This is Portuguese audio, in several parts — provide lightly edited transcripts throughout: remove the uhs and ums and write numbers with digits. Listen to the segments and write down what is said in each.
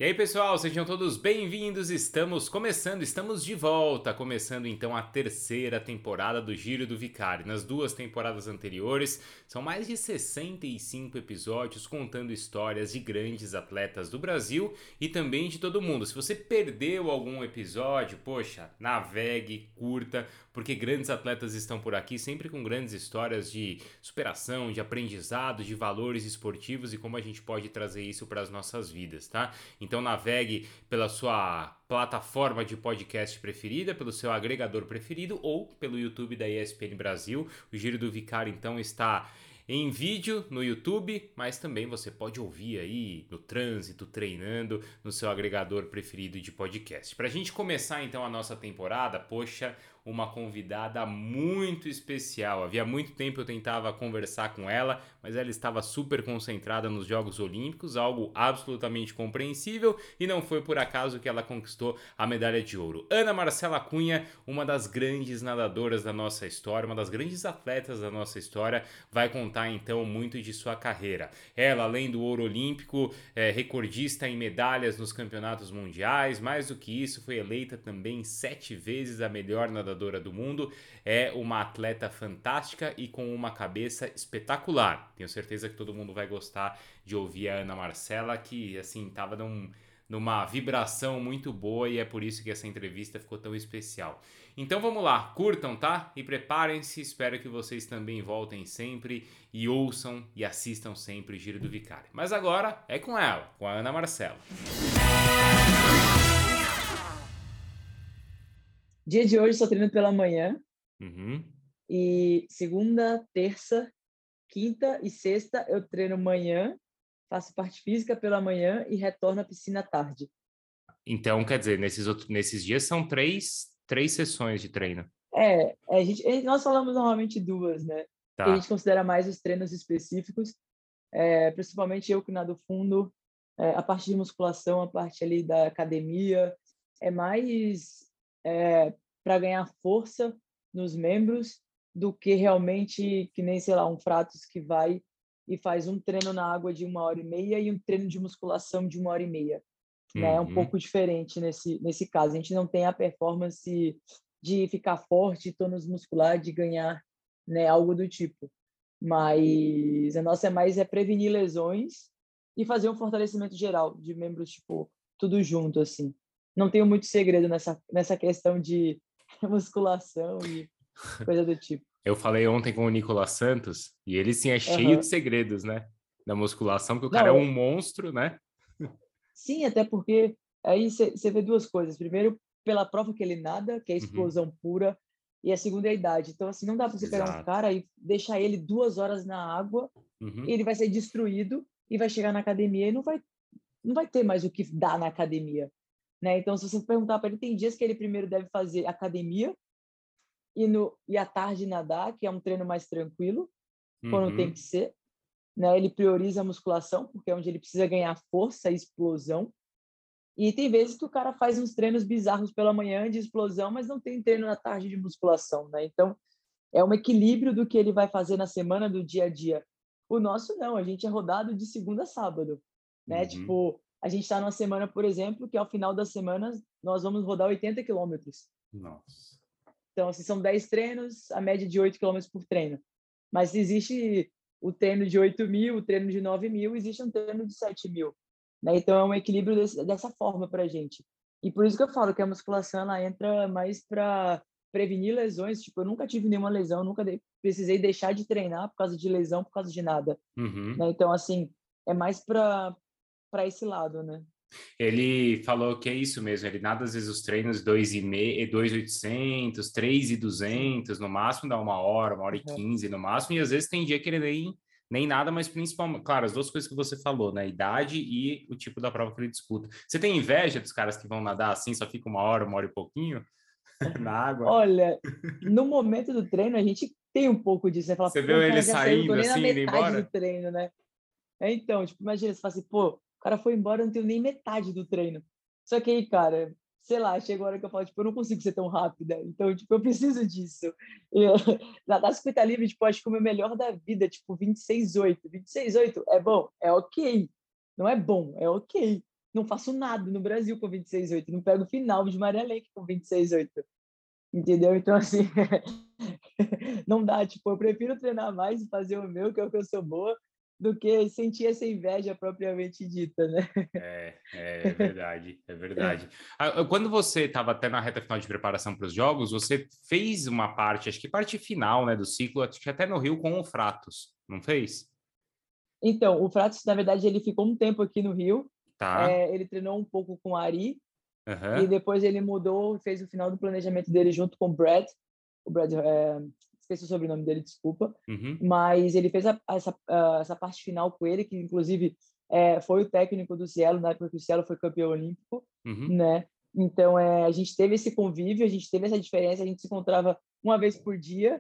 E aí, pessoal, sejam todos bem-vindos. Estamos de volta, começando então a terceira temporada do Giro do Vicari. Nas duas temporadas anteriores, são mais de 65 episódios contando histórias de grandes atletas do Brasil e também de todo mundo. Se você perdeu algum episódio, poxa, navegue, curta, porque grandes atletas estão por aqui, sempre com grandes histórias de superação, de aprendizado, de valores esportivos e como a gente pode trazer isso para as nossas vidas, tá? Então navegue pela sua plataforma de podcast preferida, pelo seu agregador preferido ou pelo YouTube da ESPN Brasil. O Giro do Vicário então está em vídeo no YouTube, mas também você pode ouvir aí no trânsito, treinando, no seu agregador preferido de podcast. Para a gente começar então a nossa temporada, poxa, uma convidada muito especial. Havia muito tempo eu tentava conversar com ela, mas ela estava super concentrada nos Jogos Olímpicos, algo absolutamente compreensível, e não foi por acaso que ela conquistou a medalha de ouro. Ana Marcela Cunha, uma das grandes nadadoras da nossa história, uma das grandes atletas da nossa história, vai contar então muito de sua carreira. Ela, além do ouro olímpico, é recordista em medalhas nos campeonatos mundiais, mais do que isso, foi eleita também 7 vezes a melhor nadadora do mundo, é uma atleta fantástica e com uma cabeça espetacular. Tenho certeza que todo mundo vai gostar de ouvir a Ana Marcela, que assim estava numa vibração muito boa e é por isso que essa entrevista ficou tão especial. Então vamos lá, curtam, tá? E preparem-se, espero que vocês também voltem sempre e ouçam e assistam sempre o Giro do Vicário. Mas agora é com ela, com a Ana Marcela. Dia de hoje só treino pela manhã Uhum. e segunda, terça, quinta e sexta eu treino manhã, faço parte física pela manhã e retorno à piscina à tarde. Então, quer dizer, nesses dias são três sessões de treino. Nós falamos normalmente duas, né? Que a gente Tá. considera mais os treinos específicos, principalmente eu que nado fundo, a parte de musculação, a parte ali da academia, é mais para ganhar força nos membros do que realmente, que nem, sei lá, um Fratos que vai e faz um treino na água de 1h30 e um treino de musculação de 1h30, né? É um Uhum. pouco diferente nesse caso. A gente não tem a performance de ficar forte, tônus muscular, de ganhar, né, algo do tipo. Mas a nossa é prevenir lesões e fazer um fortalecimento geral de membros, tipo, tudo junto, assim. Não tenho muito segredo nessa questão de musculação e coisa do tipo. Eu falei ontem com o Nicolas Santos e ele sim é cheio de Aham. segredos, né? Da musculação, que o cara Não, é um monstro, né? sim, até porque aí você vê duas coisas. Primeiro, pela prova que ele nada, que é Uhum. explosão pura, e a segunda é a idade. Então, assim, não dá para você pegar um Exato. cara e deixar ele 2 horas na água, Uhum. ele vai ser destruído e vai chegar na academia e não vai ter mais o que dar na academia, né? Então, se você perguntar para ele, tem dias que ele primeiro deve fazer academia e à tarde nadar, que é um treino mais tranquilo, quando tem que Uhum. ser, né? Ele prioriza a musculação, porque é onde ele precisa ganhar força e explosão. E tem vezes que o cara faz uns treinos bizarros pela manhã de explosão, mas não tem treino na tarde de musculação, né? Então, é um equilíbrio do que ele vai fazer na semana, do dia a dia. O nosso não, a gente é rodado de segunda a sábado, né? Uhum. Tipo, a gente está numa semana, por exemplo, que ao final das semanas nós vamos rodar 80 quilômetros. Nossa. Então, assim, são 10 treinos, a média de 8 quilômetros por treino. Mas existe o treino de 8.000, o treino de 9.000, existe um treino de 7.000. Né? Então, é um equilíbrio dessa forma para a gente. E por isso que eu falo que a musculação ela entra mais para prevenir lesões. Tipo, eu nunca tive nenhuma lesão, nunca precisei deixar de treinar por causa de lesão, por causa de nada. Né? Uhum. Então, assim, é mais para esse lado, né? Ele falou que é isso mesmo, ele nada às vezes os treinos 2,5, 2.800, Sim. 3.200 no máximo, dá uma hora e Uhum. 15 no máximo, e às vezes tem dia que ele nem nada, mas principalmente, claro, as duas coisas que você falou, né? Idade e o tipo da prova que ele disputa. Você tem inveja dos caras que vão nadar assim, só fica uma hora e pouquinho na água? Olha, no momento do treino, a gente tem um pouco disso, né? Fala, Você pô, o viu ele cara já saiu, não tô saindo nem na assim, indo metade do embora? treino, né? Então, tipo, imagina, você fala assim, pô, o cara foi embora, eu não tenho nem metade do treino. Só que aí, cara, sei lá, chega a hora que eu falo, tipo, eu não consigo ser tão rápida, então, tipo, eu preciso disso. E, nadar 50 livre, tipo, acho que o meu melhor da vida, tipo, 26,8. 26,8 é bom? É ok. Não é bom, é ok. não faço nada no Brasil com 26,8, não pego o final de Maria Lenk com 26,8, entendeu? Então, assim, não dá, tipo, eu prefiro treinar mais e fazer o meu, que é o que eu sou boa, do que sentir essa inveja propriamente dita, né? É verdade, é verdade. Quando você estava até na reta final de preparação para os jogos, você fez uma parte, acho que parte final, né, do ciclo, acho que até no Rio com o Fratos, não fez? Então, o Fratos, na verdade, ele ficou um tempo aqui no Rio, Tá. ele treinou um pouco com o Ari, e Aham. depois ele mudou, fez o final do planejamento dele junto com o Brad, esqueci o sobrenome dele, desculpa, Uhum. mas ele fez essa parte final com ele, que inclusive foi o técnico do Cielo, na época que o Cielo foi campeão olímpico, Uhum. né? Então, a gente teve esse convívio, a gente teve essa diferença, a gente se encontrava uma vez por dia,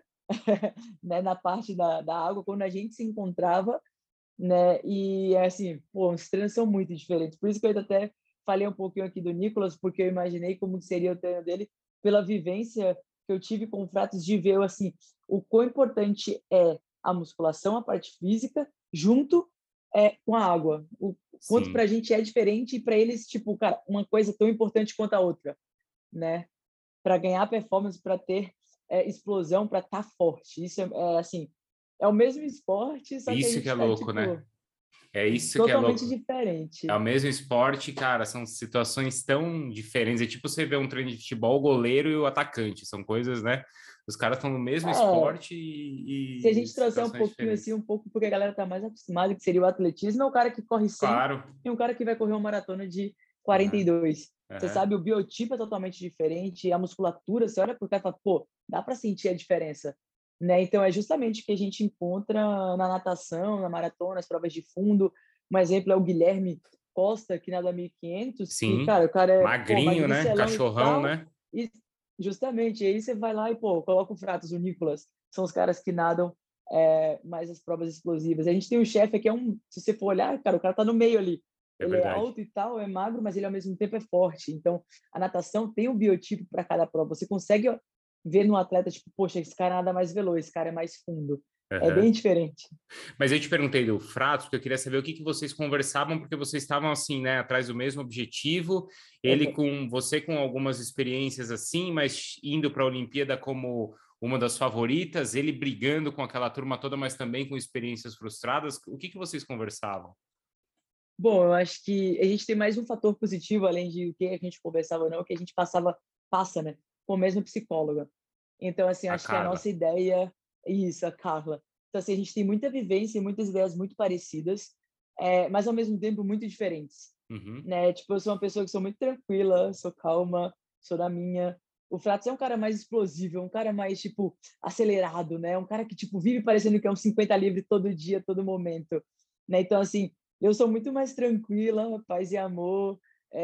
né, na parte da água, quando a gente se encontrava, né? E assim, pô, os treinos são muito diferentes. Por isso que eu até falei um pouquinho aqui do Nicolas, porque eu imaginei como seria o treino dele pela vivência que eu tive com o Fratos de ver assim o quão importante é a musculação, a parte física, junto com a água. O quanto para Sim. a gente é diferente e para eles, tipo, cara, uma coisa tão importante quanto a outra, né? Para ganhar performance, para ter explosão, para estar forte. Isso assim, é o mesmo esporte, só que a Isso que gente é está, louco, né? tipo, É isso que é totalmente louco. É o diferente. mesmo esporte, cara, são situações tão diferentes. É tipo você ver um treino de futebol, o goleiro e o atacante, são coisas, né? Os caras estão no mesmo É, esporte se a e gente trouxer um situações pouquinho assim, diferentes. um pouco porque a galera tá mais acostumada, que seria o atletismo, é o cara que corre 100 Claro. e um cara que vai correr uma maratona de 42. Aham, Você aham. sabe, o biotipo é totalmente diferente, a musculatura, você olha pro cara e fala, pô, dá para sentir a diferença, né? Então é justamente o que a gente encontra na natação, na maratona, nas provas de fundo. Um exemplo é o Guilherme Costa, que nada 1.500, que, Sim. cara, o cara é, pô, Magrinho, né? magricelão e Cachorrão, tal, né? e justamente, aí você vai lá e, pô, coloca o Fratos, o Nicolas, são os caras que nadam mais as provas explosivas. A gente tem um chefe que é se você for olhar, cara, o cara tá no meio ali. É Ele é verdade. alto e tal, é magro, mas ele ao mesmo tempo é forte. Então, a natação tem um biotipo para cada prova. Você consegue ver no atleta, tipo, poxa, esse cara nada mais veloz, esse cara é mais fundo. É Aham. bem diferente. Mas eu te perguntei do Fratos, porque eu queria saber o que que vocês conversavam, porque vocês estavam assim, né, atrás do mesmo objetivo, ele com você com algumas experiências assim, mas indo para a Olimpíada como uma das favoritas, ele brigando com aquela turma toda, mas também com experiências frustradas. O que que vocês conversavam? Bom, eu acho que a gente tem mais um fator positivo, além de o que a gente conversava ou não, que a gente passa, né, com a mesma psicóloga. Então, assim, A acho que a Carla. nossa ideia é isso, a Carla. Então, assim, a gente tem muita vivência e muitas ideias muito parecidas, mas ao mesmo tempo muito diferentes, Uhum. né? Tipo, eu sou uma pessoa que sou muito tranquila, sou calma, sou da minha. O Fratos é um cara mais explosivo, um cara mais, tipo, acelerado, né? Um cara que, tipo, vive parecendo que é um 50 livre todo dia, todo momento, né? Então, assim, eu sou muito mais tranquila, paz e amor,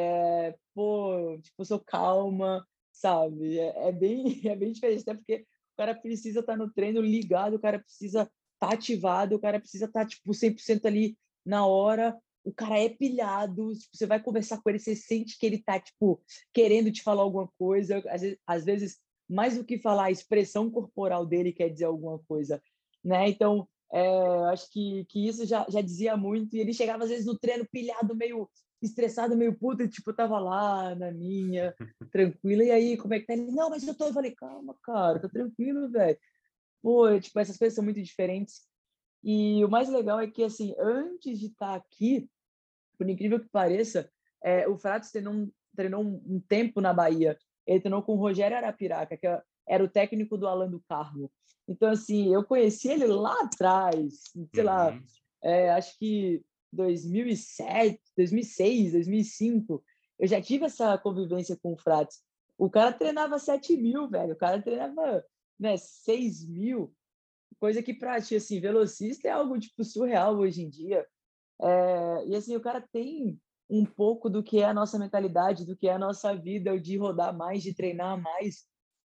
pô, tipo, eu sou calma, sabe? É bem, é bem diferente, até porque o cara precisa estar no treino ligado, o cara precisa estar ativado, o cara precisa estar, tipo, 100% ali na hora, o cara é pilhado, tipo, você vai conversar com ele, você sente que ele tá, tipo, querendo te falar alguma coisa, às vezes mais do que falar, a expressão corporal dele quer dizer alguma coisa, né? Então, acho que isso já dizia muito, e ele chegava às vezes no treino pilhado, meio estressado, meio puto, e tipo, eu tava lá na minha, tranquila, e aí, como é que tá? Ele, não, mas eu tô, eu falei, calma, cara, tá tranquilo, velho. Pô, tipo, essas coisas são muito diferentes, e o mais legal é que, assim, antes de estar aqui, por incrível que pareça, o Fratos treinou um tempo na Bahia. Ele treinou com o Rogério Arapiraca, que era o técnico do Alan do Carmo. Então, assim, eu conheci ele lá atrás, sei lá, Uhum. acho que 2007, 2006, 2005. Eu já tive essa convivência com o Fratos. O cara treinava 7.000, velho. O cara treinava, né, 6.000. Coisa que pra ti, assim, velocista é algo, tipo, surreal hoje em dia. E assim, o cara tem um pouco do que é a nossa mentalidade, do que é a nossa vida, de rodar mais, de treinar mais,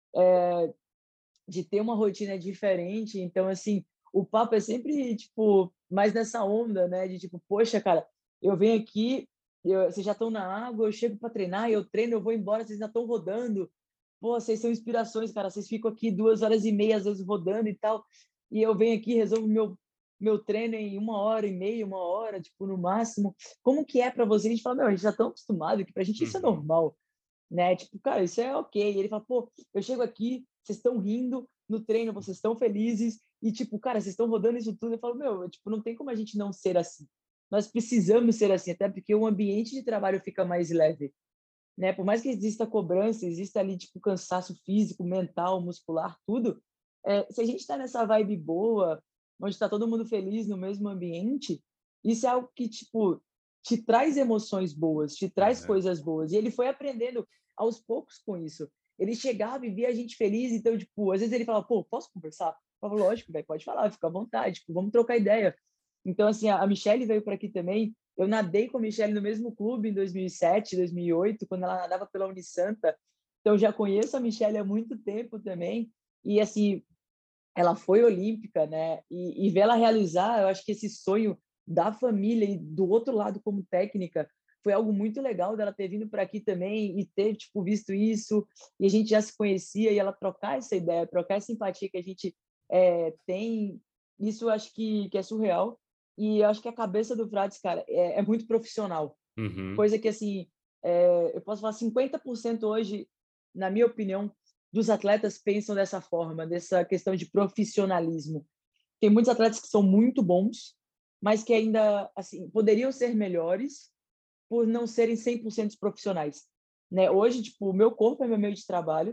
de ter uma rotina diferente. Então, assim, o papo é sempre, tipo, mais nessa onda, né? De tipo, poxa, cara, eu venho aqui, vocês já estão na água, eu chego para treinar, eu treino, eu vou embora, vocês ainda estão rodando. Pô, vocês são inspirações, cara. Vocês ficam aqui 2 horas e meia, às vezes, rodando e tal. E eu venho aqui, resolvo meu treino em 1h30, 1 hora, tipo, no máximo. Como que é para você? A gente fala, meu, a gente já tá acostumado que pra gente isso é Uhum. normal, né? Tipo, cara, isso é ok. E ele fala, pô, eu chego aqui, vocês estão rindo no treino, vocês estão felizes e, tipo, cara, vocês estão rodando isso tudo. Eu falo, meu, tipo, não tem como a gente não ser assim. Nós precisamos ser assim, até porque o ambiente de trabalho fica mais leve, né? Por mais que exista cobrança, exista ali, tipo, cansaço físico, mental, muscular, tudo, se a gente está nessa vibe boa, onde está todo mundo feliz no mesmo ambiente, isso é algo que, tipo, te traz emoções boas, te traz Aham. coisas boas. E ele foi aprendendo aos poucos com isso. Ele chegava e via a gente feliz, então, tipo, às vezes ele falava, pô, posso conversar? Eu falava, lógico, velho, pode falar, fica à vontade, tipo, vamos trocar ideia. Então, assim, a Michelle veio por aqui também. Eu nadei com a Michelle no mesmo clube em 2007, 2008, quando ela nadava pela Unisanta. Então, já conheço a Michelle há muito tempo também. E, assim, ela foi olímpica, né? E ver ela realizar, eu acho que esse sonho da família e do outro lado como técnica foi algo muito legal dela ter vindo para aqui também e ter, tipo, visto isso. E a gente já se conhecia e ela trocar essa ideia, trocar essa empatia que a gente tem. Isso eu acho que é surreal. E eu acho que a cabeça do Frades, cara, é muito profissional. Uhum. Coisa que, assim, eu posso falar 50% hoje, na minha opinião, dos atletas pensam dessa forma, dessa questão de profissionalismo. Tem muitos atletas que são muito bons, mas que ainda, assim, poderiam ser melhores por não serem 100% profissionais, né? Hoje, tipo, o meu corpo é meu meio de trabalho,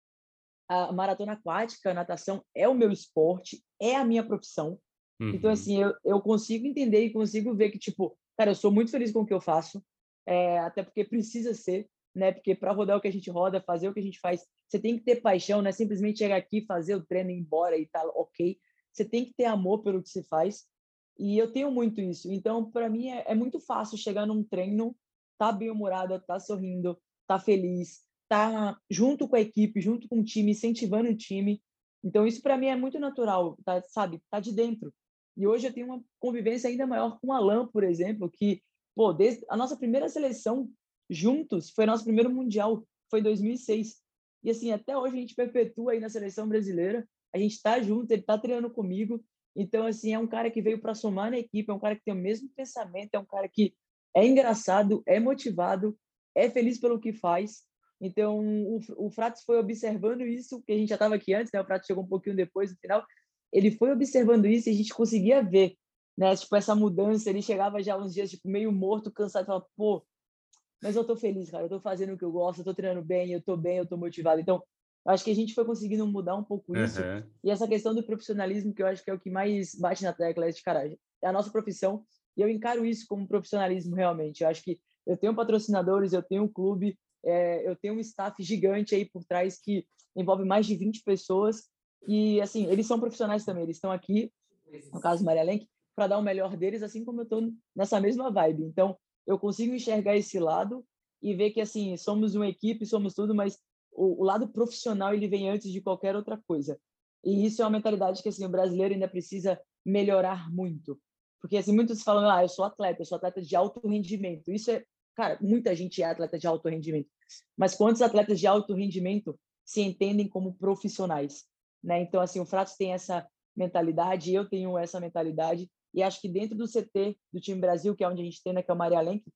a maratona aquática, a natação é o meu esporte, é a minha profissão. Então, Uhum. assim, eu consigo entender e consigo ver que, tipo, cara, eu sou muito feliz com o que eu faço, até porque precisa ser, né? Porque para rodar o que a gente roda, fazer o que a gente faz, você tem que ter paixão, não é simplesmente chegar aqui, fazer o treino e ir embora e tal, ok. Você tem que ter amor pelo que você faz. E eu tenho muito isso. Então, para mim, é muito fácil chegar num treino, tá bem-humorada, tá sorrindo, tá feliz, tá junto com a equipe, junto com o time, incentivando o time. Então, isso para mim é muito natural, tá, sabe? Tá de dentro. E hoje eu tenho uma convivência ainda maior com o Alan, por exemplo, que, pô, desde a nossa primeira seleção juntos foi nosso primeiro mundial, foi em 2006. E assim, até hoje a gente perpetua aí na seleção brasileira. A gente tá junto, ele tá treinando comigo. Então, assim, é um cara que veio para somar na equipe, é um cara que tem o mesmo pensamento, é um cara que é engraçado, é motivado, é feliz pelo que faz. Então, o Fratos foi observando isso, que a gente já estava aqui antes, né? O Fratos chegou um pouquinho depois, no final. Ele foi observando isso e a gente conseguia ver, né? Tipo, essa mudança. Ele chegava já uns dias, tipo, meio morto, cansado, e falava, pô, mas eu tô feliz, cara. Eu tô fazendo o que eu gosto, eu tô treinando bem, eu tô motivado. Então, eu acho que a gente foi conseguindo mudar um pouco isso. Aham. E essa questão do profissionalismo, que eu acho que é o que mais bate na tecla, é de cara, é a nossa profissão. E eu encaro isso como profissionalismo realmente. Eu acho que eu tenho patrocinadores, eu tenho um clube, eu tenho um staff gigante aí por trás que envolve mais de 20 pessoas. E, assim, eles são profissionais também. Eles estão aqui, no caso Maria Lenk, para dar o melhor deles, assim como eu estou nessa mesma vibe. Então, eu consigo enxergar esse lado e ver que, assim, somos uma equipe, somos tudo, mas o lado profissional, ele vem antes de qualquer outra coisa. E isso é uma mentalidade que, assim, o brasileiro ainda precisa melhorar muito. Porque, assim, muitos falam, eu sou atleta de alto rendimento. Isso é, cara, muita gente é atleta de alto rendimento. Mas quantos atletas de alto rendimento se entendem como profissionais, né? Então, assim, o Fratos tem essa mentalidade, eu tenho essa mentalidade, e acho que dentro do CT do time Brasil, que é onde a gente tem, né, que é o Maria Lenk,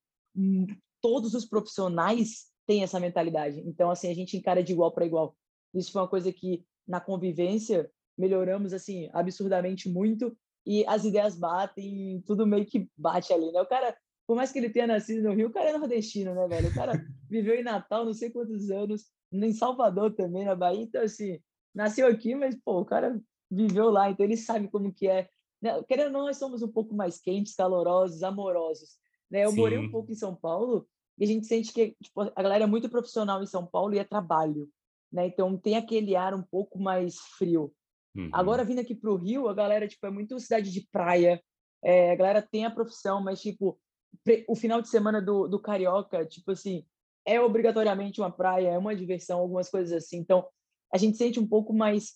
todos os profissionais têm essa mentalidade. Então, assim, a gente encara de igual para igual. Isso foi uma coisa que, na convivência, melhoramos, assim, absurdamente muito, e as ideias batem, tudo meio que bate ali, né? O cara, por mais que ele tenha nascido no Rio, o cara é nordestino, né, velho? O cara viveu em Natal, não sei quantos anos, em Salvador também, na Bahia, então, assim, nasceu aqui, mas, pô, o cara viveu lá, então ele sabe como que é. Né? Querendo ou não, nós somos um pouco mais quentes, calorosos, amorosos, né? Eu morei um Sim. pouco em São Paulo e a gente sente que tipo, a galera é muito profissional em São Paulo e é trabalho, né? Então tem aquele ar um pouco mais frio. Uhum. Agora vindo aqui para o Rio, a galera tipo é muito cidade de praia, a galera tem a profissão, mas tipo o final de semana do carioca, tipo assim, é obrigatoriamente uma praia, é uma diversão, algumas coisas assim. Então a gente sente um pouco mais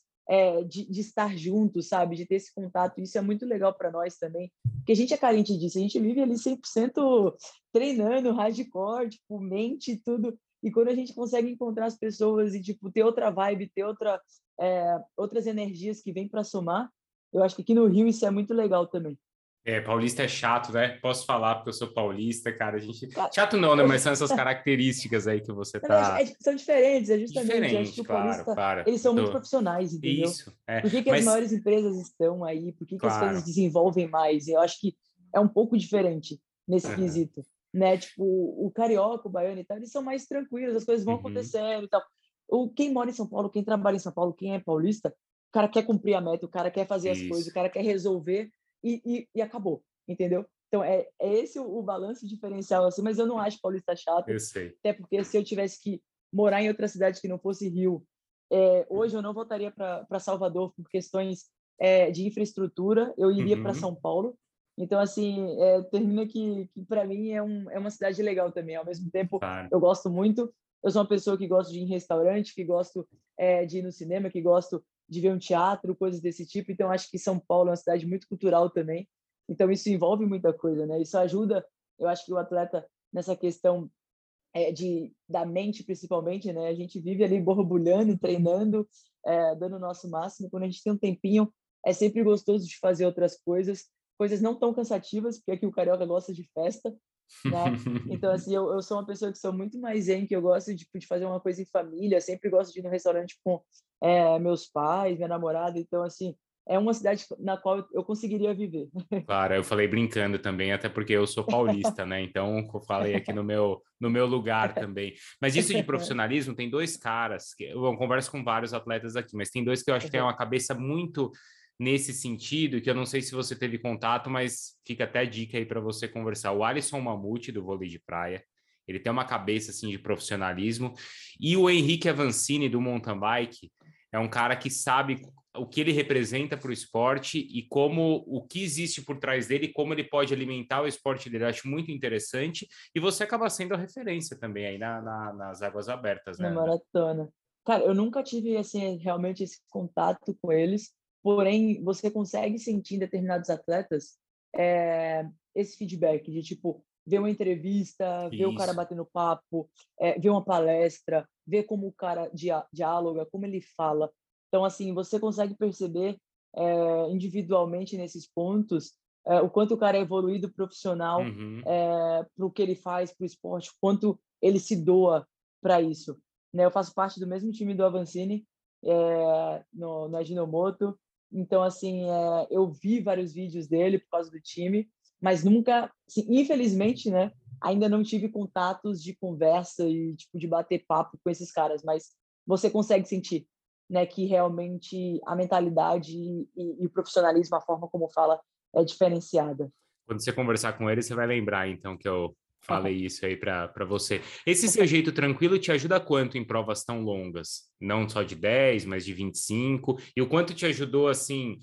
de estar junto, sabe? De ter esse contato. Isso é muito legal para nós também, porque a gente é carente disso. A gente vive ali 100% treinando, hardcore, tipo, mente e tudo. E quando a gente consegue encontrar as pessoas e, tipo, ter outra vibe, ter outras energias que vêm para somar, Eu acho que aqui no Rio isso é muito legal também. Paulista é chato, né? Posso falar porque eu sou paulista, cara. A gente... Cara, Chato não, né? eu, Mas são essas características aí que você na verdade, tá... são diferentes, é justamente, eu acho que Diferente, o claro, paulista, claro. eles Eu são muito tô... profissionais, entendeu? Isso, Por que que as mas, maiores empresas estão aí? Por que que as coisas claro. desenvolvem mais? Eu acho que é um pouco diferente nesse Aham. quesito, né? Tipo, o carioca, o baiano e tal, eles são mais tranquilos, as coisas vão Uhum. acontecendo e tal. Quem mora em São Paulo, quem trabalha em São Paulo, quem é paulista, o cara quer cumprir a meta, o cara quer fazer as coisas, Isso, o cara quer resolver e acabou, entendeu? Então, é esse o balanço diferencial, assim, mas eu não acho paulista chato, eu sei. até porque se eu tivesse que morar em outra cidade que não fosse Rio, hoje eu não voltaria para Salvador por questões de infraestrutura, eu iria para Uhum. São Paulo. Então, assim, termina que para mim é uma cidade legal também. Ao mesmo tempo, Claro. eu gosto muito. Eu sou uma pessoa que gosta de ir em restaurante, que gosto de ir no cinema, que gosto de ver um teatro, coisas desse tipo. Então, acho que São Paulo é uma cidade muito cultural também. Então, isso envolve muita coisa, né? Isso ajuda, eu acho que o atleta nessa questão da mente, principalmente, né? A gente vive ali borbulhando, treinando, dando o nosso máximo. Quando a gente tem um tempinho, é sempre gostoso de fazer outras coisas, coisas não tão cansativas, porque aqui o carioca gosta de festa, né? Então, assim, eu sou uma pessoa que sou muito mais zen, que eu gosto de fazer uma coisa em família, sempre gosto de ir no restaurante com meus pais, minha namorada. Então, assim, é uma cidade na qual eu conseguiria viver. Claro, eu falei brincando também, até porque eu sou paulista, né? Então, eu falei aqui no meu lugar também. Mas isso de profissionalismo, tem dois caras, que eu converso com vários atletas aqui, mas tem dois que eu acho que têm uma cabeça muito nesse sentido, que eu não sei se você teve contato, mas fica até dica aí para você conversar. O Alisson Mamute, do vôlei de praia, ele tem uma cabeça assim de profissionalismo, e o Henrique Avancini, do mountain bike, é um cara que sabe o que ele representa para o esporte e como o que existe por trás dele, como ele pode alimentar o esporte dele. Eu acho muito interessante. E você acaba sendo a referência também aí nas águas abertas, né, Na Ana? maratona. Cara, eu nunca tive assim realmente esse contato com eles, porém você consegue sentir em determinados atletas esse feedback de tipo ver uma entrevista, ver o cara Isso. batendo papo, ver uma palestra, ver como o cara dialoga, como ele fala. Então assim você consegue perceber individualmente nesses pontos o quanto o cara é evoluído profissional Uhum. para o que ele faz para o esporte, o quanto ele se doa para isso, né? Eu faço parte do mesmo time do Avancini, no Ajinomoto. Então, assim, eu vi vários vídeos dele por causa do time, mas nunca, assim, infelizmente, né? Ainda não tive contatos de conversa e tipo de bater papo com esses caras, mas você consegue sentir, né, que realmente a mentalidade e o profissionalismo, a forma como fala, é diferenciada. Quando você conversar com ele, você vai lembrar, então, que eu falei isso aí para você. Esse seu jeito tranquilo te ajuda quanto em provas tão longas? Não só de 10, mas de 25? E o quanto te ajudou, assim,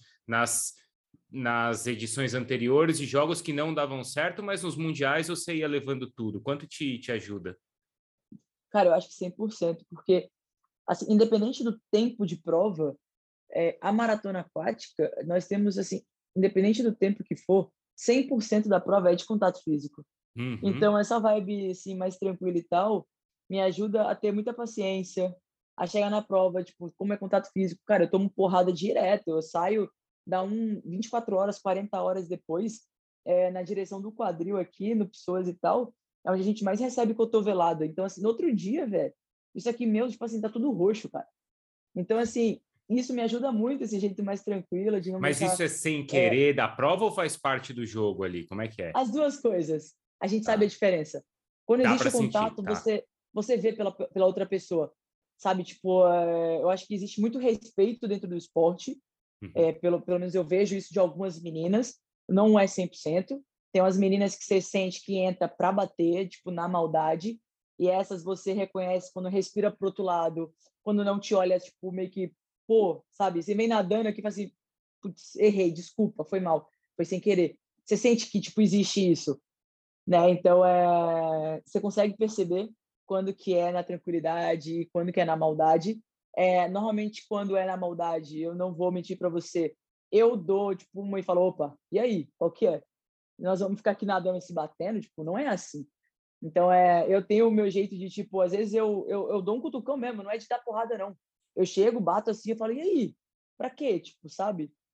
nas edições anteriores de jogos que não davam certo, mas nos mundiais você ia levando tudo? Quanto te ajuda? Cara, eu acho que 100%, porque assim, independente do tempo de prova, a maratona aquática, nós temos, assim, independente do tempo que for, 100% da prova é de contato físico. Uhum. Então, essa vibe, assim, mais tranquila e tal, me ajuda a ter muita paciência, a chegar na prova, tipo, como é contato físico, cara, eu tomo porrada direto, eu saio, dá 24 horas, 40 horas depois, na direção do quadril aqui, no Pessoas e tal, é onde a gente mais recebe cotovelada. Então, assim, no outro dia, velho, isso aqui meu, tipo assim, tá tudo roxo, cara. Então, assim, isso me ajuda muito, esse jeito mais tranquilo, de não Mas isso deixar é sem é, querer da prova ou faz parte do jogo ali? Como é que é? as duas coisas. A gente sabe a Tá. diferença. Quando Dá existe para o sentir, contato, tá? você vê pela outra pessoa, sabe? Tipo, eu acho que existe muito respeito dentro do esporte, Uhum. pelo menos eu vejo isso de algumas meninas, não é 100%. Tem umas meninas que você sente que entra para bater, tipo, na maldade, e essas você reconhece quando respira pro outro lado, quando não te olha, tipo, meio que, pô, sabe? Você vem nadando aqui e fala assim, putz, errei, desculpa, foi mal, foi sem querer. Você sente que, tipo, existe isso, né? Então, você consegue perceber quando que é na tranquilidade e quando que é na maldade. Normalmente, quando é na maldade, eu não vou mentir para você, eu dou, tipo, uma e falo, opa, e aí, qual que é? Nós vamos ficar aqui nadando e se batendo? Tipo, não é assim. Então, eu tenho o meu jeito de, tipo, às vezes eu dou um cutucão mesmo, não é de dar porrada, não. Eu chego, bato assim, eu falo, e aí? Pra quê? Tipo, sabe?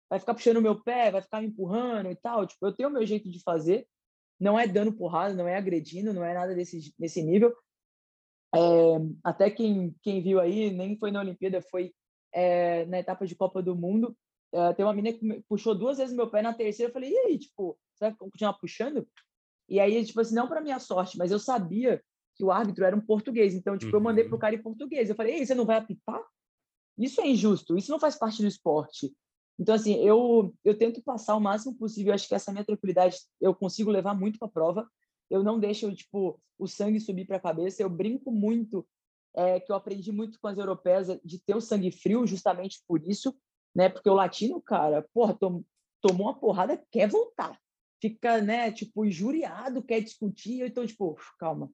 vai ficar puxando o meu pé, vai ficar me empurrando e tal. Tipo, eu tenho o meu jeito de fazer, não é dando porrada, não é agredindo, não é nada desse nível. Até quem viu aí, nem foi na Olimpíada, foi na etapa de Copa do Mundo. Tem uma menina que puxou 2 vezes meu pé, na terceira eu falei, e aí, tipo, você vai continuar puxando? E aí, tipo assim, não para minha sorte, mas eu sabia que o árbitro era um português, então, tipo, eu mandei pro Uhum. cara em português. Eu falei, ei, você não vai apitar? Isso é injusto, isso não faz parte do esporte. Então, assim, eu tento passar o máximo possível. Eu acho que essa minha tranquilidade eu consigo levar muito para a prova. Eu não deixo, tipo, o sangue subir para a cabeça. Eu brinco muito, que eu aprendi muito com as europeias de ter o sangue frio, justamente por isso, né? Porque o latino, cara, porra, tomou uma porrada, quer voltar. Fica, né, tipo, injuriado, quer discutir. Então, tipo, calma.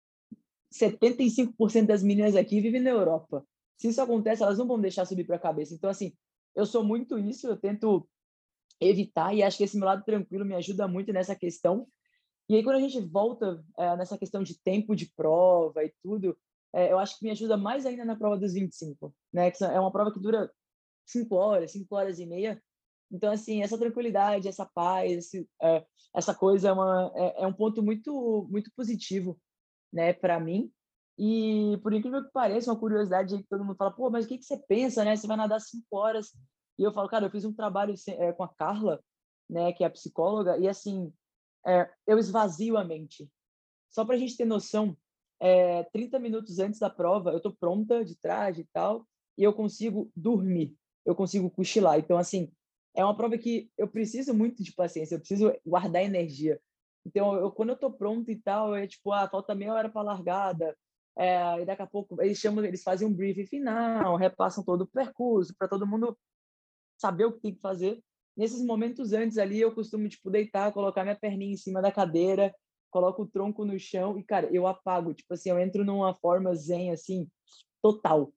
75% das meninas aqui vivem na Europa. Se isso acontece, elas não vão deixar subir para a cabeça. Então, assim, eu sou muito isso, eu tento evitar, e acho que esse meu lado tranquilo me ajuda muito nessa questão. E aí, quando a gente volta nessa questão de tempo de prova e tudo, eu acho que me ajuda mais ainda na prova dos 25, né? Que é uma prova que dura 5 horas, 5 horas e meia. Então, assim, essa tranquilidade, essa paz, essa coisa é um ponto muito, muito positivo, né, para mim. E por incrível que pareça, uma curiosidade aí que todo mundo fala, pô, mas o que que você pensa, né? Você vai nadar 5 horas. E eu falo, cara, eu fiz um trabalho com a Carla, né, que é a psicóloga, e assim, eu esvazio a mente. Só para a gente ter noção, 30 minutos antes da prova, eu tô pronta de traje e tal, e eu consigo dormir, eu consigo cochilar. Então, assim, é uma prova que eu preciso muito de paciência, eu preciso guardar energia. Então, quando eu tô pronto e tal, é tipo, falta meia hora para largada, e daqui a pouco eles fazem um briefing final, repassam todo o percurso para todo mundo saber o que tem que fazer. Nesses momentos antes ali, eu costumo, tipo, deitar, colocar minha perninha em cima da cadeira, coloco o tronco no chão e, cara, eu apago. Tipo assim, eu entro numa forma zen, assim, total.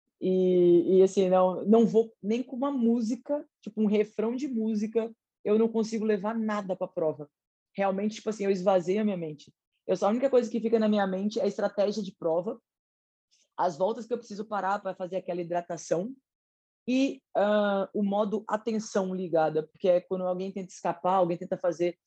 E assim, não vou nem com uma música, tipo, um refrão de música, eu não consigo levar nada para a prova. Realmente, tipo assim, eu esvazeio a minha mente. A única coisa que fica na minha mente é a estratégia de prova, as voltas que eu preciso parar para fazer aquela hidratação, e o modo atenção ligada, porque é quando alguém tenta escapar, alguém tenta fazer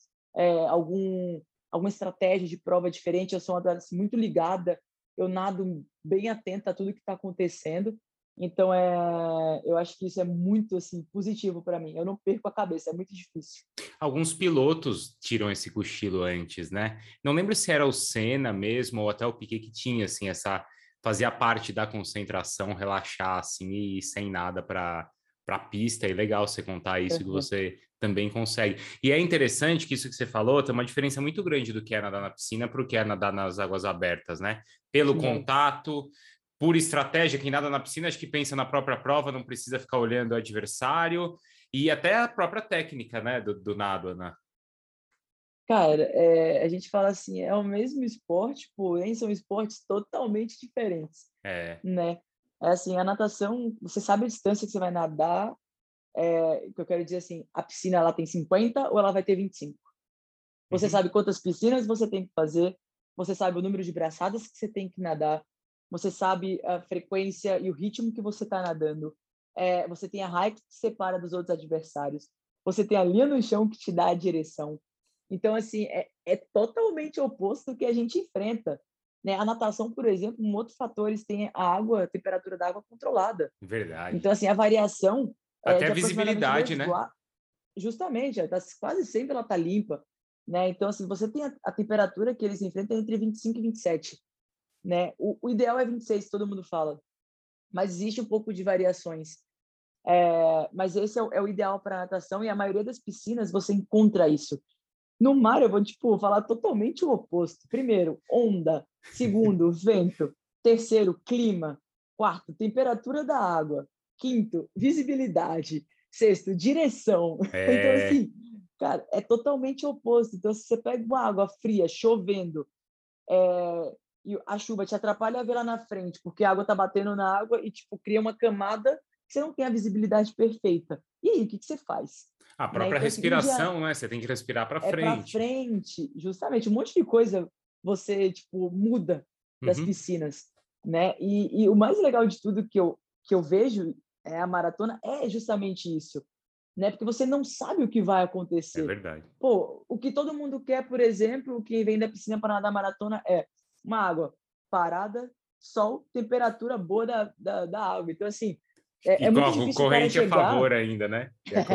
alguma estratégia de prova diferente, eu sou uma das muito ligada, eu nado bem atenta a tudo que está acontecendo, então eu acho que isso é muito assim positivo para mim, eu não perco a cabeça, é muito difícil. Alguns pilotos tiram esse cochilo antes, né? Não lembro se era o Senna mesmo ou até o Piquet que tinha assim essa fazia parte da concentração, relaxar assim e ir sem nada para a pista. É legal você contar isso que você também consegue. E é interessante que isso que você falou tem uma diferença muito grande do que é nadar na piscina para o que é nadar nas águas abertas, né? Pelo Demais. contato, por estratégia, quem nada na piscina acho que pensa na própria prova, não precisa ficar olhando o adversário. E até a própria técnica, né, do nado, Ana. Cara, a gente fala assim, é o mesmo esporte, porém são esportes totalmente diferentes, É, né? É assim, a natação, você sabe a distância que você vai nadar, que eu quero dizer assim, a piscina ela tem 50 ou ela vai ter 25. Você uhum. sabe quantas piscinas você tem que fazer, você sabe o número de braçadas que você tem que nadar, você sabe a frequência e o ritmo que você está nadando. Você tem a raia que te separa dos outros adversários. Você tem a linha no chão que te dá a direção. Então, assim, é totalmente oposto do que a gente enfrenta. Né? A natação, por exemplo, um outro fator, eles têm a água, a temperatura da água controlada. Verdade. Então, assim, a variação é Até a de aproximadamente visibilidade, 2 né? graus. Justamente, quase sempre ela está limpa. Né? Então, assim, você tem a temperatura que eles enfrentam entre 25 e 27. Né? O ideal é 26, todo mundo fala. Mas existe um pouco de variações. Mas esse é o ideal para natação e a maioria das piscinas você encontra isso. No mar, eu vou tipo, falar totalmente o oposto. Primeiro, onda. Segundo, vento. Terceiro, clima. Quarto, temperatura da água. Quinto, visibilidade. Sexto, direção. Então, É, assim, cara, é totalmente oposto. Então, se você pega uma água fria, chovendo, e a chuva te atrapalha a ver lá na frente, porque a água tá batendo na água e, tipo, cria uma camada que você não tem a visibilidade perfeita. E aí, o que que você faz? a Né? própria Então, assim, respiração, né? Você tem que respirar para para frente. frente, justamente, um monte de coisa você, tipo, muda das Uhum. piscinas, né? E o mais legal de tudo que eu vejo a maratona é justamente isso. né? Porque você não sabe o que vai É acontecer. verdade. Pô, o que todo mundo quer, por exemplo, quem vem da piscina para nadar maratona é uma água parada, sol, temperatura boa da água. Então, assim, E é muito com difícil o cara corrente a chegar, favor ainda, né?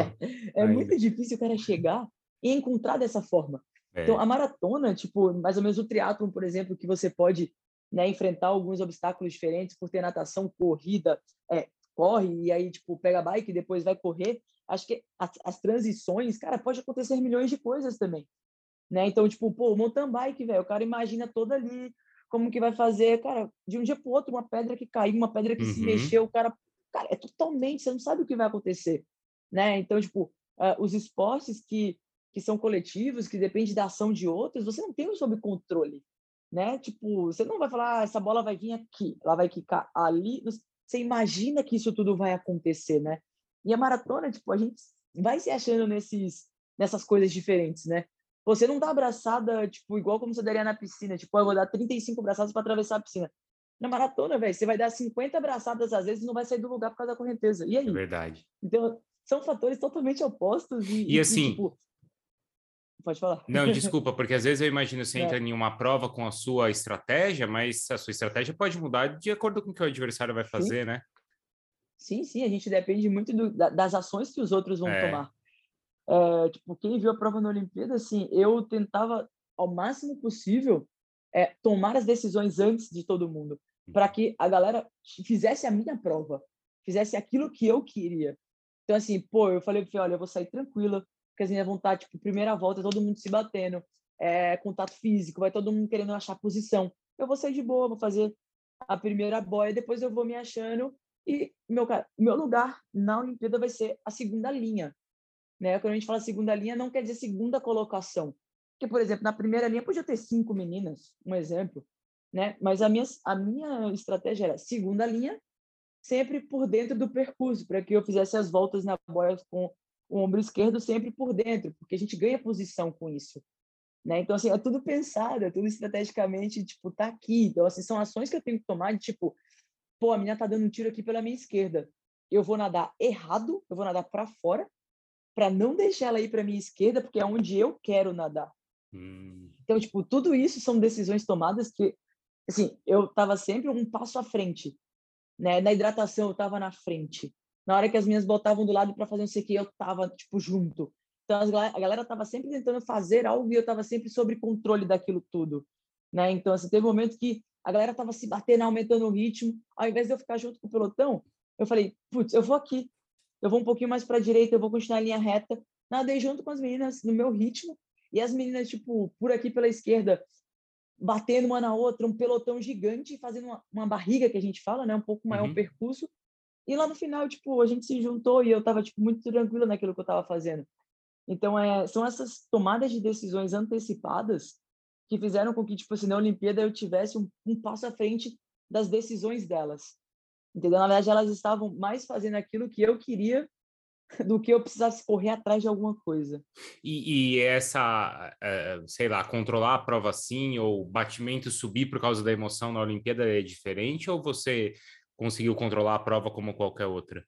é Ainda. muito difícil o cara chegar e encontrar dessa forma. Então, É. a maratona, tipo, mais ou menos o triatlon, por exemplo, que você pode, né, enfrentar alguns obstáculos diferentes por ter natação, corrida, corre e aí, tipo, pega a bike e depois vai correr. Acho que as transições, cara, pode acontecer milhões de coisas também, né? Então, tipo, pô, mountain bike, velho, o cara imagina toda ali, como que vai fazer, cara, de um dia pro outro, uma pedra que caiu, uma pedra que se Uhum. mexeu, o cara, é totalmente, você não sabe o que vai acontecer, né? Então, tipo, os esportes que são coletivos, que dependem da ação de outros, você não tem o sob controle, né? Tipo, você não vai falar, essa bola vai vir aqui, ela vai quicar ali, você imagina que isso tudo vai acontecer, né? E a maratona, tipo, a gente vai se achando nessas coisas diferentes, né? Você não dá abraçada, tipo, igual como você daria na piscina. Tipo, eu vou dar 35 abraçadas para atravessar a piscina. Na maratona, velho, você vai dar 50 abraçadas às vezes e não vai sair do lugar por causa da correnteza. E É aí? verdade. Então, são fatores totalmente opostos E e que, assim, tipo... Pode falar. não, desculpa, porque às vezes eu imagino você entra Né? em uma prova com a sua estratégia, mas a sua estratégia pode mudar de acordo com o que o adversário vai Sim, fazer, né? sim, a gente depende muito das ações que os outros vão É. tomar. Tipo, quem viu a prova na Olimpíada, assim, eu tentava, ao máximo possível, tomar as decisões antes de todo mundo, para que a galera fizesse a minha prova, fizesse aquilo que eu queria. Então, assim, pô, eu falei, olha, eu vou sair tranquila, porque as minhas vontades, tipo, primeira volta, todo mundo se batendo, contato físico, vai todo mundo querendo achar posição. Eu vou sair de boa, vou fazer a primeira boia, depois eu vou me achando e, meu lugar na Olimpíada vai ser a segunda linha, né? Quando a gente fala segunda linha, não quer dizer segunda colocação. Porque, por exemplo, na primeira linha podia ter 5 meninas, um exemplo, né? Mas a minha estratégia era segunda linha, sempre por dentro do percurso, para que eu fizesse as voltas na boia com o ombro esquerdo sempre por dentro, porque a gente ganha posição com isso, né? Então, assim, é tudo pensado, é tudo estrategicamente, tipo, tá aqui. Então, assim, são ações que eu tenho que tomar de, tipo, pô, a menina tá dando um tiro aqui pela minha esquerda. Eu vou nadar errado, eu vou nadar para fora, para não deixar ela ir para minha esquerda, porque é onde eu quero nadar. Hum. Então, tipo, tudo isso são decisões tomadas que, assim, eu estava sempre um passo à frente, né? Na hidratação eu estava na frente. Na hora que as minhas botavam do lado para fazer não sei o que, eu estava tipo junto. Então a galera estava sempre tentando fazer algo e eu estava sempre sob controle daquilo tudo, né? Então assim, teve momentos que a galera estava se batendo, aumentando o ritmo, ao invés de eu ficar junto com o pelotão, eu falei, putz, eu vou aqui, eu vou um pouquinho mais para a direita, eu vou continuar em linha reta. Nadei junto com as meninas no meu ritmo e as meninas tipo por aqui pela esquerda batendo uma na outra, um pelotão gigante, fazendo uma barriga que a gente fala, né, um pouco maior o Uhum. percurso. E lá no final, tipo, a gente se juntou e eu estava tipo muito tranquila naquilo que eu estava fazendo. Então, são essas tomadas de decisões antecipadas que fizeram com que, tipo assim, na Olimpíada eu tivesse um passo à frente das decisões delas. Entendeu? Na verdade, elas estavam mais fazendo aquilo que eu queria do que eu precisasse correr atrás de alguma coisa. E essa, sei lá, controlar a prova assim, ou batimento subir por causa da emoção na Olimpíada é diferente, ou você conseguiu controlar a prova como qualquer outra?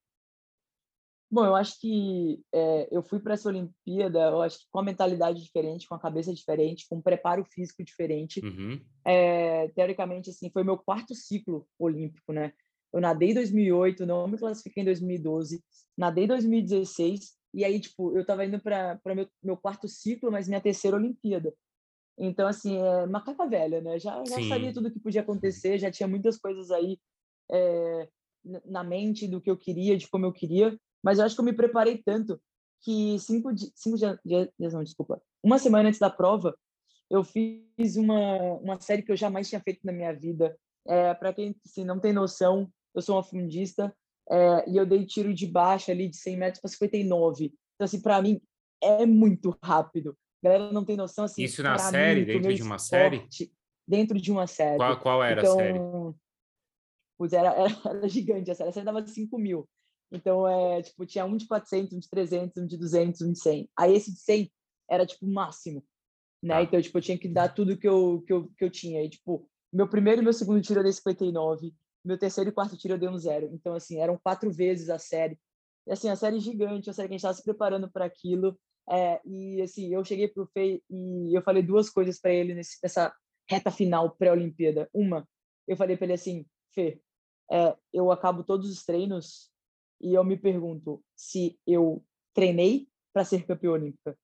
Bom, eu acho que eu fui para essa Olimpíada, eu acho que com a mentalidade diferente, com a cabeça diferente, com um preparo físico diferente. Uhum. Teoricamente, assim, foi meu quarto ciclo olímpico, né? Eu nadei em 2008, não me classifiquei em 2012, nadei em 2016, e aí, tipo, eu estava indo para meu quarto ciclo, mas minha terceira Olimpíada. Então, assim, macaca velha, né? Já sabia Sim. tudo o que podia acontecer, já tinha muitas coisas aí é, na mente do que eu queria, de como eu queria, mas eu acho que eu me preparei tanto que 5 dias, não, desculpa, uma semana antes da prova, eu fiz uma série que eu jamais tinha feito na minha vida. Para quem assim, não tem noção, eu sou uma fundista e eu dei tiro de baixo ali de 100 metros para 59. Então, assim, para mim é muito rápido. A galera não tem noção, assim, Isso na para série, mim, para o dentro meu de uma série? esporte, dentro de uma série. Qual era a série? Então, putz, era gigante a série dava 5 mil. Então, tipo, tinha um de 400, um de 300, um de 200, um de 100. Aí esse de 100 era, tipo, o máximo, né? Tá. Então, tipo, eu tinha que dar tudo que eu tinha. E, tipo, meu primeiro e meu segundo tiro eu dei 59, meu terceiro e quarto tiro eu dei um zero. Então, assim, eram 4 vezes a série. E, assim, a série gigante, a série que a gente estava se preparando para aquilo. E, assim, eu cheguei pro Fê e eu falei duas coisas para ele nessa reta final pré-Olimpíada. Uma, eu falei para ele assim, Fê, eu acabo todos os treinos e eu me pergunto se eu treinei para ser campeã olímpica.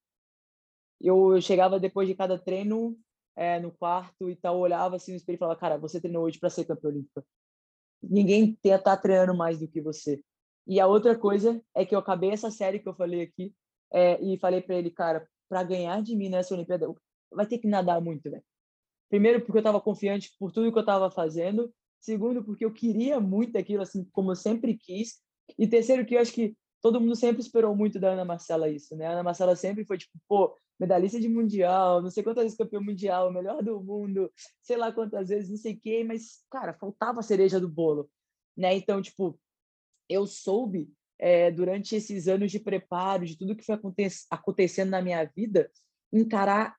Eu chegava depois de cada treino no quarto e tal, olhava assim no espelho e falava, cara, você treinou hoje para ser campeã olímpica. Ninguém tá treinando mais do que você. E a outra coisa é que eu acabei essa série que eu falei aqui e falei para ele, cara, para ganhar de mim nessa Olimpíada, vai ter que nadar muito, velho. Primeiro, porque eu estava confiante por tudo que eu estava fazendo. Segundo, porque eu queria muito aquilo, assim, como eu sempre quis. E terceiro, que eu acho que todo mundo sempre esperou muito da Ana Marcela isso, né? A Ana Marcela sempre foi, tipo, pô, medalhista de mundial, não sei quantas vezes campeã mundial, melhor do mundo, sei lá quantas vezes, não sei o quê, mas, cara, faltava a cereja do bolo, né? Então, tipo, eu soube, durante esses anos de preparo, de tudo que foi acontecendo na minha vida, encarar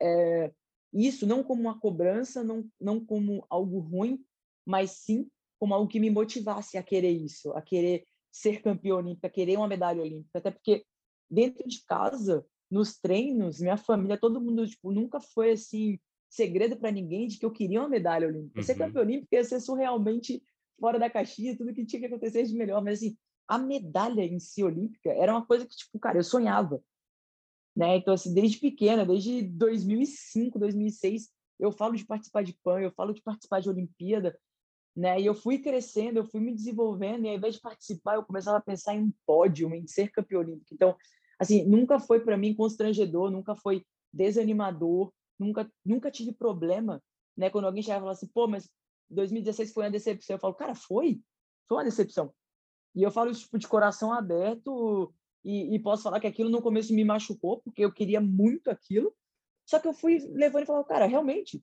isso não como uma cobrança, não como algo ruim, mas sim como algo que me motivasse a querer isso, a querer ser campeão olímpica, a querer uma medalha olímpica. Até porque dentro de casa, nos treinos, minha família, todo mundo tipo, nunca foi assim segredo para ninguém de que eu queria uma medalha olímpica. Ser Uhum. campeão olímpico ia ser surrealmente fora da caixinha, tudo que tinha que acontecer de melhor, mas assim, a medalha em si olímpica era uma coisa que, tipo, cara, eu sonhava, né? Então, assim, desde pequena, desde 2005, 2006, eu falo de participar de PAN, eu falo de participar de Olimpíada, né? E eu fui crescendo, eu fui me desenvolvendo, e ao invés de participar, eu começava a pensar em um pódio, em ser campeão olímpico. Então, assim, nunca foi para mim constrangedor, nunca foi desanimador, nunca tive problema, né? Quando alguém chegava e falava assim, pô, mas 2016 foi uma decepção. Eu falo, cara, foi uma decepção. E eu falo isso tipo, de coração aberto e posso falar que aquilo no começo me machucou, porque eu queria muito aquilo. Só que eu fui levando e falando, cara, realmente,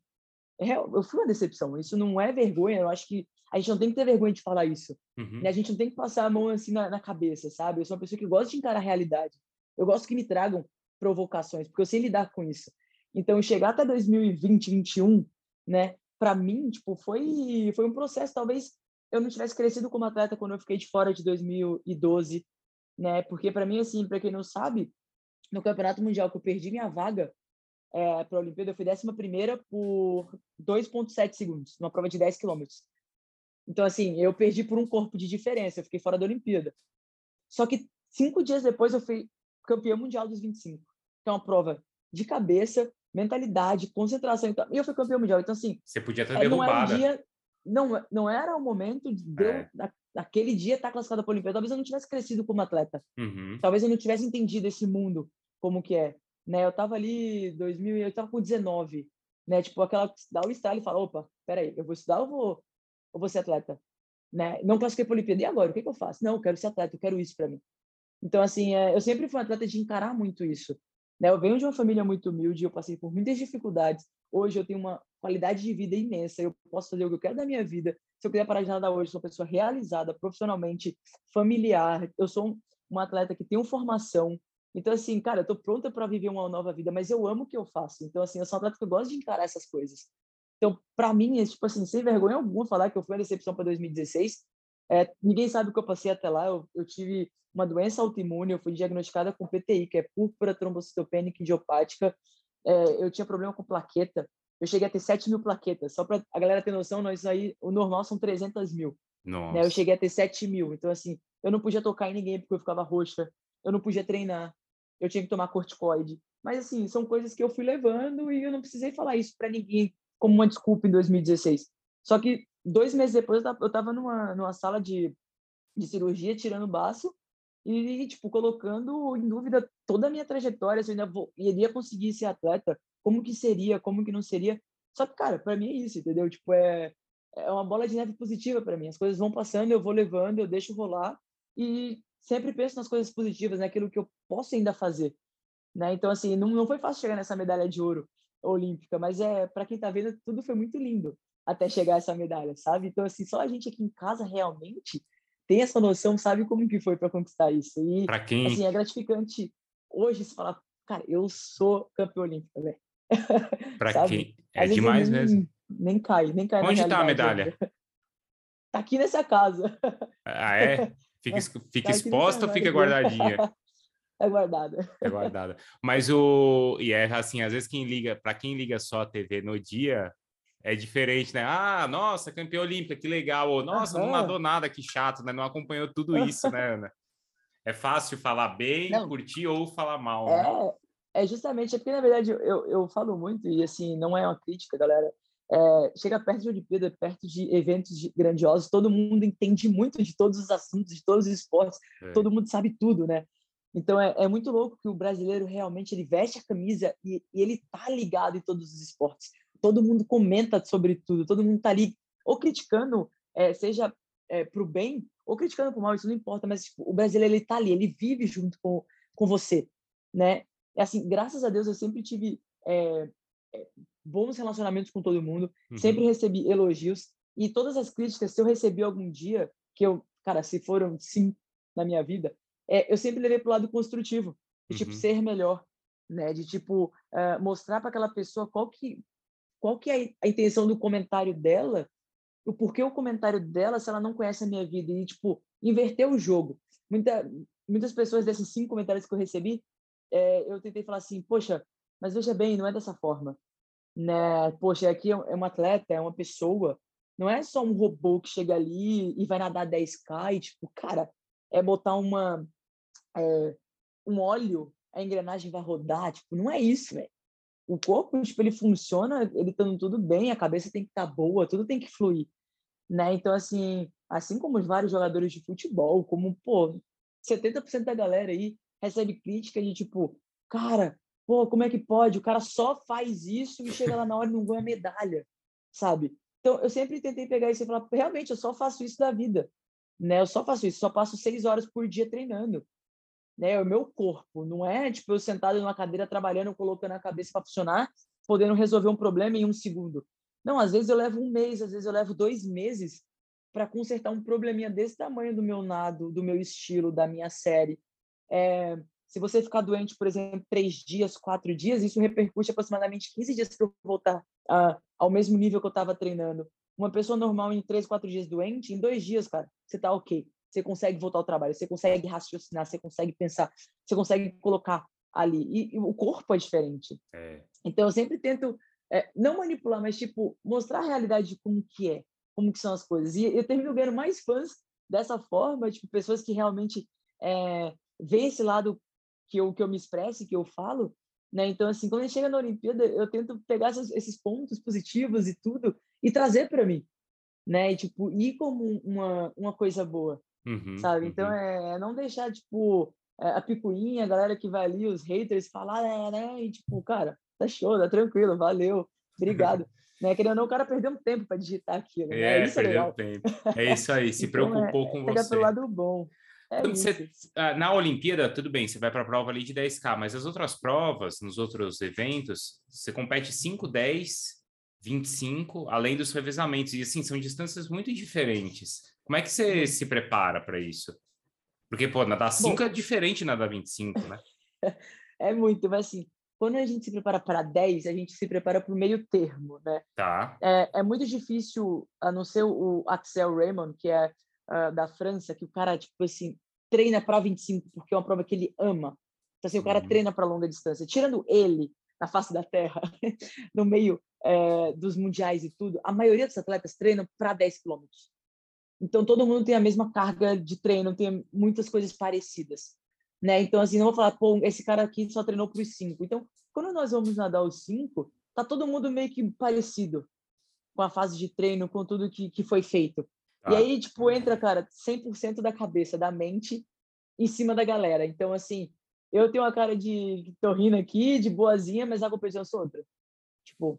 eu fui uma decepção. Isso não é vergonha. Eu acho que a gente não tem que ter vergonha de falar isso. Né? Uhum. A gente não tem que passar a mão assim na cabeça, sabe? Eu sou uma pessoa que gosta de encarar a realidade. Eu gosto que me tragam provocações, porque eu sei lidar com isso. Então, chegar até 2020, 2021, né? Para mim, tipo, foi um processo. Talvez eu não tivesse crescido como atleta quando eu fiquei de fora de 2012, né? Porque para mim, assim, para quem não sabe, no Campeonato Mundial que eu perdi minha vaga para a Olimpíada, eu fui 11ª por 2,7 segundos, numa prova de 10 quilômetros. Então, assim, eu perdi por um corpo de diferença, eu fiquei fora da Olimpíada. Só que 5 dias depois eu fui campeão mundial dos 25, que é uma prova de cabeça, mentalidade, concentração e eu fui campeão mundial. Então, assim, Você podia ter não era o derrubada. dia, não era o momento de eu, É. naquele dia, estar classificado para a Olimpíada. Talvez eu não tivesse crescido como atleta. Uhum. Talvez eu não tivesse entendido esse mundo como que é, né? Eu tava ali 2000, eu tava com 19, né? Tipo aquela dá o style e fala, opa, peraí, eu vou estudar ou vou ser atleta, né? Não classifiquei para a Olimpíada e agora, o que que eu faço? Não, eu quero ser atleta, eu quero isso para mim. Então assim, eu sempre fui um atleta de encarar muito isso, né? Eu venho de uma família muito humilde, eu passei por muitas dificuldades. Hoje eu tenho uma qualidade de vida imensa, eu posso fazer o que eu quero da minha vida. Se eu quiser parar de nadar hoje, eu sou uma pessoa realizada profissionalmente, familiar. Eu sou um atleta que tem formação. Então, assim, cara, eu tô pronta para viver uma nova vida, mas eu amo o que eu faço. Então, assim, eu sou um atleta que eu gosto de encarar essas coisas. Então, para mim, é, tipo assim, sem vergonha alguma falar que eu fui uma decepção para 2016. Ninguém sabe o que eu passei até lá. Eu tive uma doença autoimune, eu fui diagnosticada com PTI, que é púrpura trombocitopênica idiopática. Eu tinha problema com plaqueta. Eu cheguei a ter 7.000 plaquetas. Só para a galera ter noção, nós aí, o normal são 300 mil. Né? Eu Nossa. cheguei a ter 7.000. Então, assim, eu não podia tocar em ninguém porque eu ficava roxa. Eu não podia treinar. Eu tinha que tomar corticoide. Mas, assim, são coisas que eu fui levando e eu não precisei falar isso para ninguém como uma desculpa em 2016. Só que 2 meses depois eu estava numa sala de cirurgia, tirando o baço e, tipo, colocando em dúvida toda a minha trajetória, se eu ainda iria conseguir ser atleta, como que seria, como que não seria. Só que, cara, para mim é isso, entendeu? Tipo, é uma bola de neve positiva para mim. As coisas vão passando, eu vou levando, eu deixo rolar e sempre penso nas coisas positivas, naquilo que eu posso ainda fazer, né? Então, assim, não foi fácil chegar nessa medalha de ouro olímpica, mas para quem tá vendo, tudo foi muito lindo até chegar essa medalha, sabe? Então, assim, só a gente aqui em casa realmente tem essa noção, sabe como que foi para conquistar isso. E, Para assim, quem, é gratificante hoje se falar, cara, eu sou campeão olímpico, velho. para Sabe? quem é Às vezes eu demais mesmo. nem cai na Onde tá a realidade ainda. medalha? Tá aqui nessa casa. Ah, é? Fica Tá aqui no exposta ou armário fica dele. guardadinha? É guardada. É guardada. Mas o. E é assim, às vezes para quem liga só a TV no dia, é diferente, né? Ah, nossa, campeã olímpica, que legal. Ou, nossa, não nadou Aham. nada, que chato, né? Não acompanhou tudo isso, né, Ana? É fácil falar bem, Não, curtir ou falar mal, né? justamente, é porque, na verdade, eu falo muito, e assim, não é uma crítica, galera. Chega perto de Olimpíada, perto de eventos grandiosos, todo mundo entende muito de todos os assuntos, de todos os esportes, É. todo mundo sabe tudo, né? Então é muito louco que o brasileiro realmente ele veste a camisa e ele tá ligado em todos os esportes. Todo mundo comenta sobre tudo, todo mundo tá ali ou criticando, seja pro bem ou criticando pro mal, isso não importa, mas tipo, o brasileiro ele tá ali, ele vive junto com você, né? E assim, graças a Deus eu sempre tive é, bons relacionamentos com todo mundo, sempre Uhum, recebi elogios e todas as críticas, se eu recebi algum dia, que eu, cara, se foram 5 na minha vida, eu sempre levei pro lado construtivo, de tipo uhum, ser melhor, né? De tipo mostrar para aquela pessoa qual que é a intenção do comentário dela, o porquê o comentário dela se ela não conhece a minha vida e tipo inverter o jogo. Muitas pessoas desses 5 comentários que eu recebi, eu tentei falar assim, poxa, mas veja bem, não é dessa forma, né? Poxa, aqui é um atleta, é uma pessoa, não é só um robô que chega ali e vai nadar 10K e, tipo, cara, é botar um óleo, a engrenagem vai rodar, tipo, não é isso, velho. O corpo, tipo, ele funciona, ele estando tudo bem, a cabeça tem que estar boa, tudo tem que fluir, né? Então, assim como os vários jogadores de futebol, como, pô, 70% da galera aí recebe crítica de, tipo, cara, pô, como é que pode? O cara só faz isso e chega lá na hora e não ganha medalha, sabe? Então, eu sempre tentei pegar isso e falar, realmente, eu só faço isso da vida, né? Eu só faço isso, só passo 6 horas por dia treinando, né? É o meu corpo, não é, tipo, eu sentado numa cadeira trabalhando, colocando a cabeça para funcionar, podendo resolver um problema em um segundo. Não, às vezes eu levo um mês, às vezes eu levo 2 meses para consertar um probleminha desse tamanho do meu nado, do meu estilo, da minha série. Se você ficar doente, por exemplo, 3 dias, 4 dias, isso repercute aproximadamente 15 dias para eu voltar ao mesmo nível que eu estava treinando. Uma pessoa normal em 3, 4 dias doente, em 2 dias, cara, você tá ok. Você consegue voltar ao trabalho, você consegue raciocinar, você consegue pensar, você consegue colocar ali. E o corpo é diferente. é. Então, eu sempre tento não manipular, mas, tipo, mostrar a realidade de como que é, como que são as coisas. E eu termino ganhando mais fãs dessa forma, tipo, pessoas que realmente veem esse lado que eu me expresso, que eu falo, né? Então, assim, quando a gente chega na Olimpíada, eu tento pegar esses pontos positivos e tudo e trazer para mim, né? E, tipo, ir como uma coisa boa, Uhum, sabe? Então, uhum. não deixar, tipo, a picuinha, a galera que vai ali, os haters, falar, né? E, tipo, cara, tá show, tá tranquilo, valeu, obrigado. Né? Querendo ou não, o cara perdeu um tempo para digitar aquilo, né? É, Isso é perdeu legal. tempo. É isso aí, se Então, preocupou com pegar pelo você. lado bom. É Quando isso. na Olimpíada, tudo bem, você vai para a prova ali de 10K, mas as outras provas, nos outros eventos, você compete 5, 10, 25, além dos revezamentos. E assim, são distâncias muito diferentes. Como é que você Muito. se prepara para isso? Porque, pô, nadar 5 Bom, é diferente de nadar 25, né? é muito, mas assim, quando a gente se prepara para 10, a gente se prepara para o meio termo, né? Tá. É muito difícil, a não ser o Axel Raymond, que é da França, que o cara, tipo assim, treina para 25, porque é uma prova que ele ama. Então, assim, o cara Uhum. treina para longa distância. Tirando ele na face da Terra, no meio dos mundiais e tudo, a maioria dos atletas treinam para 10 quilômetros. Então, todo mundo tem a mesma carga de treino, tem muitas coisas parecidas, né? Então, assim, não vou falar, pô, esse cara aqui só treinou para os 5. Então, quando nós vamos nadar os 5, tá todo mundo meio que parecido com a fase de treino, com tudo que foi feito. E Tá. aí, tipo, entra, cara, 100% da cabeça, da mente em cima da galera. Então, assim, eu tenho uma cara de que tô rindo aqui, de boazinha, mas na competição eu sou outra. Tipo,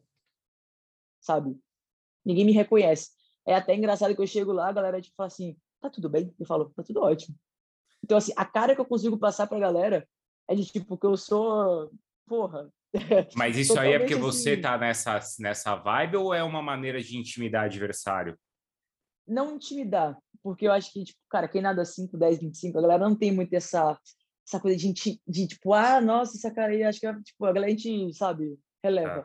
sabe? Ninguém me reconhece. É até engraçado que eu chego lá, a galera tipo fala assim, tá tudo bem? Eu falo, tá tudo ótimo. Então, assim, a cara que eu consigo passar pra galera é de tipo que eu sou, porra, Mas isso aí é porque totalmente você assim, tá nessa vibe ou é uma maneira de intimidar adversário? não intimidar, porque eu acho que, tipo, cara, quem nada 5, 10, 25, a galera não tem muito essa coisa de tipo, nossa, essa cara aí, acho que, tipo, a galera, a gente, sabe, releva. Tá.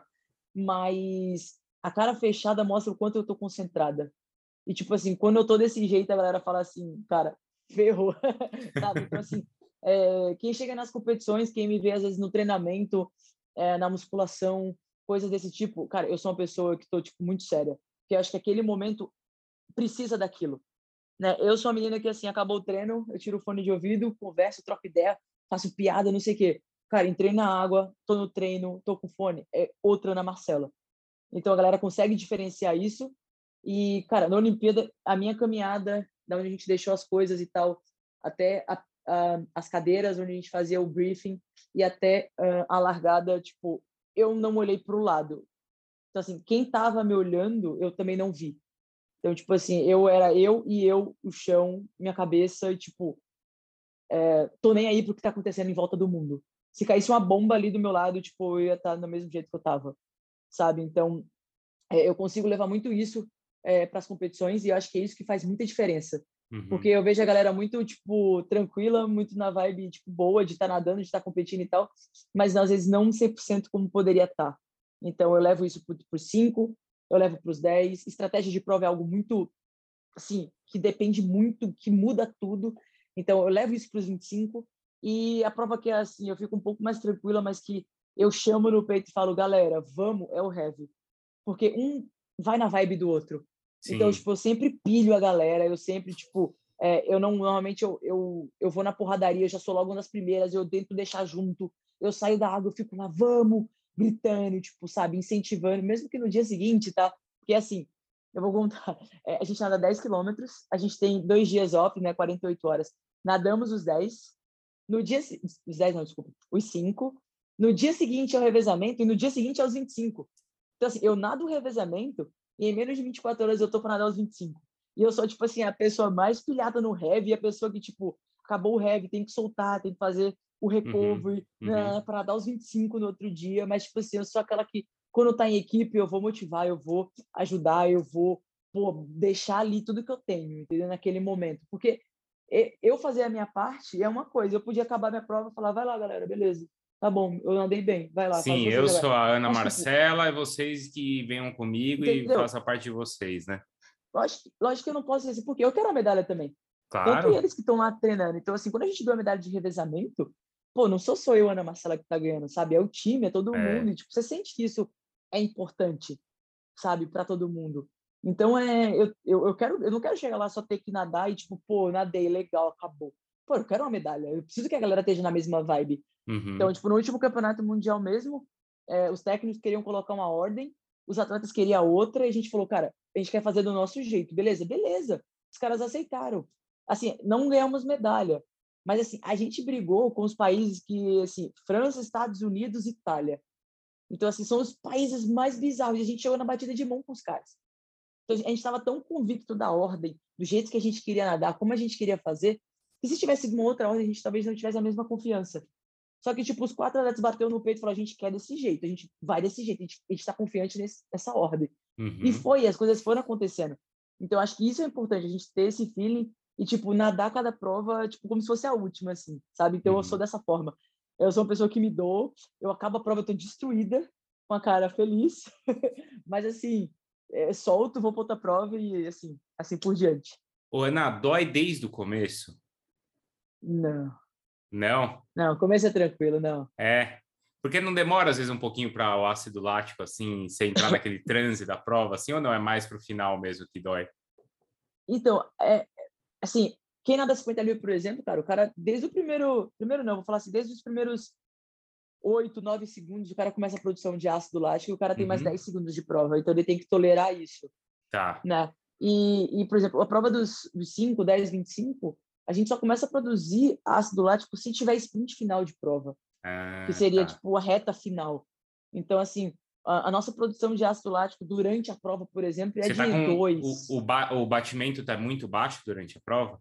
Mas a cara fechada mostra o quanto eu tô concentrada. E, tipo assim, quando eu tô desse jeito, a galera fala assim, cara, ferrou, sabe? Então, assim, quem chega nas competições, quem me vê, às vezes, no treinamento, na musculação, coisas desse tipo, cara, eu sou uma pessoa que tô, tipo, muito séria, porque eu acho que aquele momento precisa daquilo, né? Eu sou uma menina que, assim, acabou o treino, eu tiro o fone de ouvido, converso, troco ideia, faço piada, não sei o quê. Cara, entrei na água, tô no treino, tô com fone, é outra Ana Marcela. Então a galera consegue diferenciar isso. E, cara, na Olimpíada, a minha caminhada, da onde a gente deixou as coisas e tal, até as cadeiras onde a gente fazia o briefing e até a largada, tipo, eu não olhei para o lado. Então, assim, quem tava me olhando, eu também não vi. Então, tipo assim, eu, o chão, minha cabeça, e, tipo, tô nem aí pro que tá acontecendo em volta do mundo. Se caísse uma bomba ali do meu lado, tipo, eu ia estar do mesmo jeito que eu tava, sabe? Então, eu consigo levar muito isso para as competições e eu acho que é isso que faz muita diferença. Porque Uhum. eu vejo a galera muito, tipo, tranquila, muito na vibe, tipo, boa de estar nadando, de estar competindo e tal, mas às vezes não 100% como poderia estar. Então, eu levo isso para os 5, eu levo para os 10. Estratégia de prova é algo muito, assim, que depende muito, que muda tudo. Então, eu levo isso para os 25. E a prova que é assim, eu fico um pouco mais tranquila, mas que eu chamo no peito e falo, galera, vamos, é o heavy, porque um vai na vibe do outro. Então, Sim. tipo, eu sempre pilho a galera, eu sempre, tipo, eu não, normalmente eu vou na porradaria, eu já sou logo uma das primeiras, eu tento deixar junto, eu saio da água, eu fico lá, vamos, gritando, tipo, sabe, incentivando, mesmo que no dia seguinte, tá? Porque, assim, eu vou contar, a gente nada 10 quilômetros, a gente tem 2 dias off, né, 48 horas, nadamos os 10, no dia, os 10 não, desculpa, os 5, no dia seguinte é o revezamento e no dia seguinte é os 25. Então, assim, eu nado o revezamento e em menos de 24 horas eu tô para nadar os 25. E eu sou, tipo assim, a pessoa mais pilhada no heavy, a pessoa que, tipo, acabou o heavy, tem que soltar, tem que fazer o Uhum. recovery, Uhum. né, para nadar os 25 no outro dia. Mas, tipo assim, eu sou aquela que, quando tá em equipe, eu vou motivar, eu vou ajudar, eu vou, pô, deixar ali tudo que eu tenho, entendeu? Naquele momento. Porque eu fazer a minha parte é uma coisa. Eu podia acabar minha prova e falar, vai lá, galera, beleza. Tá bom, eu andei bem, vai lá, faz Sim, vocês eu agora. sou a Ana Mas, tipo, Marcela e vocês que venham comigo e entendeu? façam a parte de vocês, né? Lógico que eu não posso dizer assim, porque eu quero a medalha também. Tanto Claro. eles que estão lá treinando. Então, assim, quando a gente ganha a medalha de revezamento, pô, não sou só eu, Ana Marcela, que tá ganhando, sabe? É o time, é todo mundo. É. E, tipo, você sente que isso é importante, sabe, para todo mundo. Então, eu não quero chegar lá só ter que nadar e, tipo, pô, nadei, legal, acabou. Pô, eu quero uma medalha. Eu preciso que a galera esteja na mesma vibe. Então, Uhum. tipo, no último campeonato mundial mesmo, os técnicos queriam colocar uma ordem, os atletas queriam outra, e a gente falou, cara, a gente quer fazer do nosso jeito, beleza? Beleza. Os caras aceitaram. Assim, não ganhamos medalha, mas assim, a gente brigou com os países que, assim, França, Estados Unidos, Itália. Então, assim, são os países mais bizarros. E a gente chegou na batida de mão com os caras. Então, a gente estava tão convicto da ordem, do jeito que a gente queria nadar, como a gente queria fazer, que se tivesse uma outra ordem, a gente talvez não tivesse a mesma confiança. Só que, tipo, os 4 atletas bateu no peito e falaram, a gente quer desse jeito, a gente vai desse jeito, a gente tá confiante nessa ordem. E Uhum. foi, as coisas foram acontecendo. Então, acho que isso é importante, a gente ter esse feeling e, tipo, nadar cada prova, tipo, como se fosse a última, assim, sabe? Então, eu sou Uhum. dessa forma. Eu sou uma pessoa que me dou, eu acabo a prova, eu tô destruída, com a cara feliz, mas, assim, solto, vou pra outra prova e, assim por diante. Ô, Ana, dói desde o começo? Não, Não? não, começo é tranquilo, não. É. Porque não demora, às vezes, um pouquinho para o ácido lático, assim, você entrar naquele transe da prova, assim, ou não? É mais pro final mesmo que dói? Então, assim, quem nada 50 mil, por exemplo, cara, o cara, desde o primeiro não, vou falar assim, desde os primeiros 8, 9 segundos, o cara começa a produção de ácido lático e o cara tem mais Uhum. 10 segundos de prova, então ele tem que tolerar isso, Tá. né? Por exemplo, a prova dos 5, 10, 25, a gente só começa a produzir ácido lático se tiver sprint final de prova, que Ah, seria, tá. tipo, a reta final. Então, assim, a nossa produção de ácido lático durante a prova, por exemplo, é Você tá de com... O, 2. o batimento tá muito baixo durante a prova?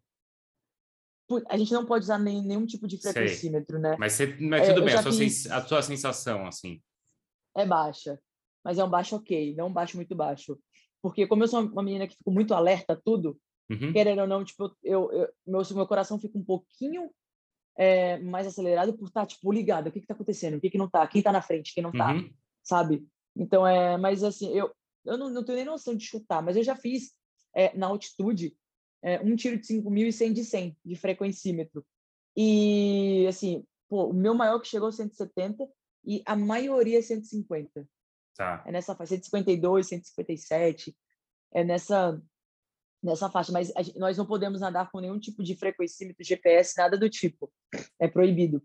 A gente não pode usar nenhum tipo de Sei. frequencímetro, né? Mas tudo Eu bem, já a fiz, sua sensação, assim. é baixa, mas é um baixo ok, não um baixo muito baixo. Porque como eu sou uma menina que fico muito alerta a tudo, Uhum. querendo ou não, tipo, meu coração fica um pouquinho mais acelerado por estar, tipo, ligado. O que que tá acontecendo? O que que não tá? Quem tá na frente? Quem não tá? Uhum. Sabe? Então, mas assim, eu não tenho nem noção de chutar, mas eu já fiz na altitude. um tiro de 5.000 e 100 de 100, de frequencímetro. E, assim, pô, o meu maior que chegou a 170 e a maioria é 150. Tá. É nessa faixa, 152, 157, é nessa faixa. Mas nós não podemos nadar com nenhum tipo de frequencímetro, GPS, nada do tipo. É proibido.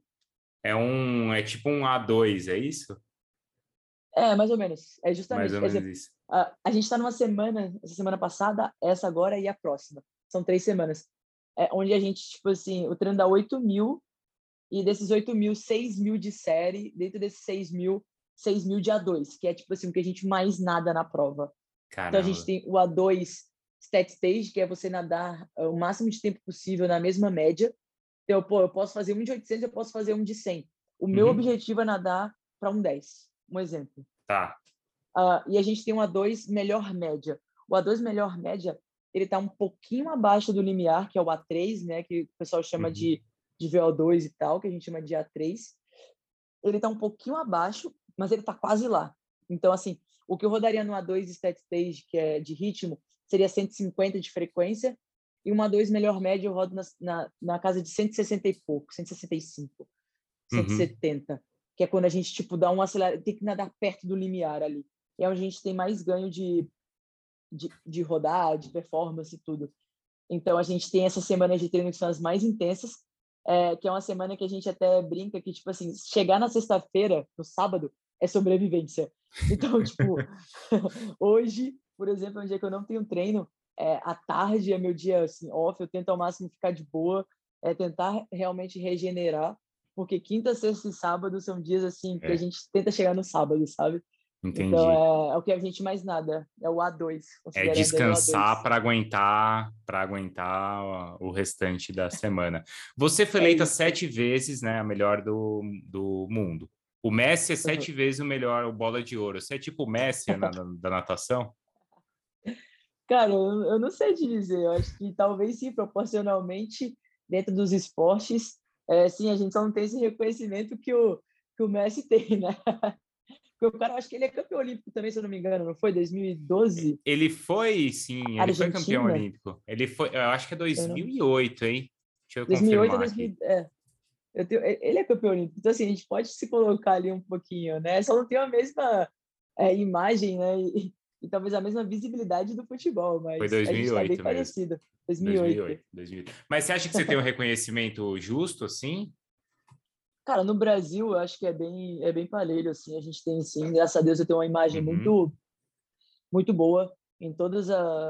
É tipo um A2, é isso? É, mais ou menos. É Mais justamente, ou menos exemplo, isso. a gente está numa semana, essa semana passada, essa agora e a próxima. São 3 semanas. Onde a gente, tipo assim, o treino dá 8.000 e desses 8.000, 6.000 de série, dentro desses 6.000, 6.000 de A2, que é, tipo assim, o que a gente mais nada na prova. Então, a gente Caramba. tem o A2 Stat Stage, que é você nadar o máximo de tempo possível na mesma média. Então, pô, eu posso fazer um de 800, eu posso fazer um de 100. O meu Uhum. objetivo é nadar para um 10, um exemplo. Tá. E a gente tem um A2 melhor média. O A2 melhor média, ele está um pouquinho abaixo do limiar, que é o A3, né, que o pessoal chama Uhum. de VO2 e tal, que a gente chama de A3. Ele está um pouquinho abaixo, mas ele está quase lá. Então, assim, o que eu rodaria no A2 Stat Stage, que é de ritmo, seria 150 de frequência, e uma A2 melhor média eu rodo na casa de 160 e pouco, 165, Uhum. 170, que é quando a gente, tipo, dá um acelerado, tem que nadar perto do limiar ali. É onde a gente tem mais ganho de rodar, de performance e tudo. Então, a gente tem essas semanas de treino que são as mais intensas, que é uma semana que a gente até brinca que, tipo assim, chegar na sexta-feira, no sábado, é sobrevivência. Então, tipo, hoje, por exemplo, é um dia que eu não tenho treino, à tarde é meu dia, assim, off, eu tento ao máximo ficar de boa, tentar realmente regenerar, porque quinta, sexta e sábado são dias, assim, que a É, gente tenta chegar no sábado, sabe? Então, entendi. é o que a gente mais nada, é o A2, É considerando aí o descansar A2. para aguentar o restante da semana. Você foi É eleita isso. 7 vezes, né, a melhor do mundo. O Messi é 7 vezes o melhor, o bola de ouro. Você é tipo o Messi da natação? Cara, eu não sei te dizer. Eu acho que talvez sim, proporcionalmente, dentro dos esportes, sim, a gente só não tem esse reconhecimento que o Messi tem, né? Porque o cara, eu acho que ele é campeão olímpico também, se eu não me engano, não foi? 2012? Ele foi, sim, ele foi campeão Argentina? olímpico. Ele foi, eu acho que é Eu não... 2008, hein? Deixa eu 2008 ou confirmar aqui. 2000... ele é campeão olímpico. Então, assim, a gente pode se colocar ali um pouquinho, né? Só não tem a mesma imagem, né? E talvez a mesma visibilidade do futebol, Foi mas a gente está bem 2008 mesmo. parecido. 2008. 2008, 2008. Mas você acha que você tem um reconhecimento justo, assim? Cara, no Brasil, eu acho que é bem parelho, assim. A gente tem, sim, graças a Deus, eu tenho uma imagem Uhum, muito, muito boa em todas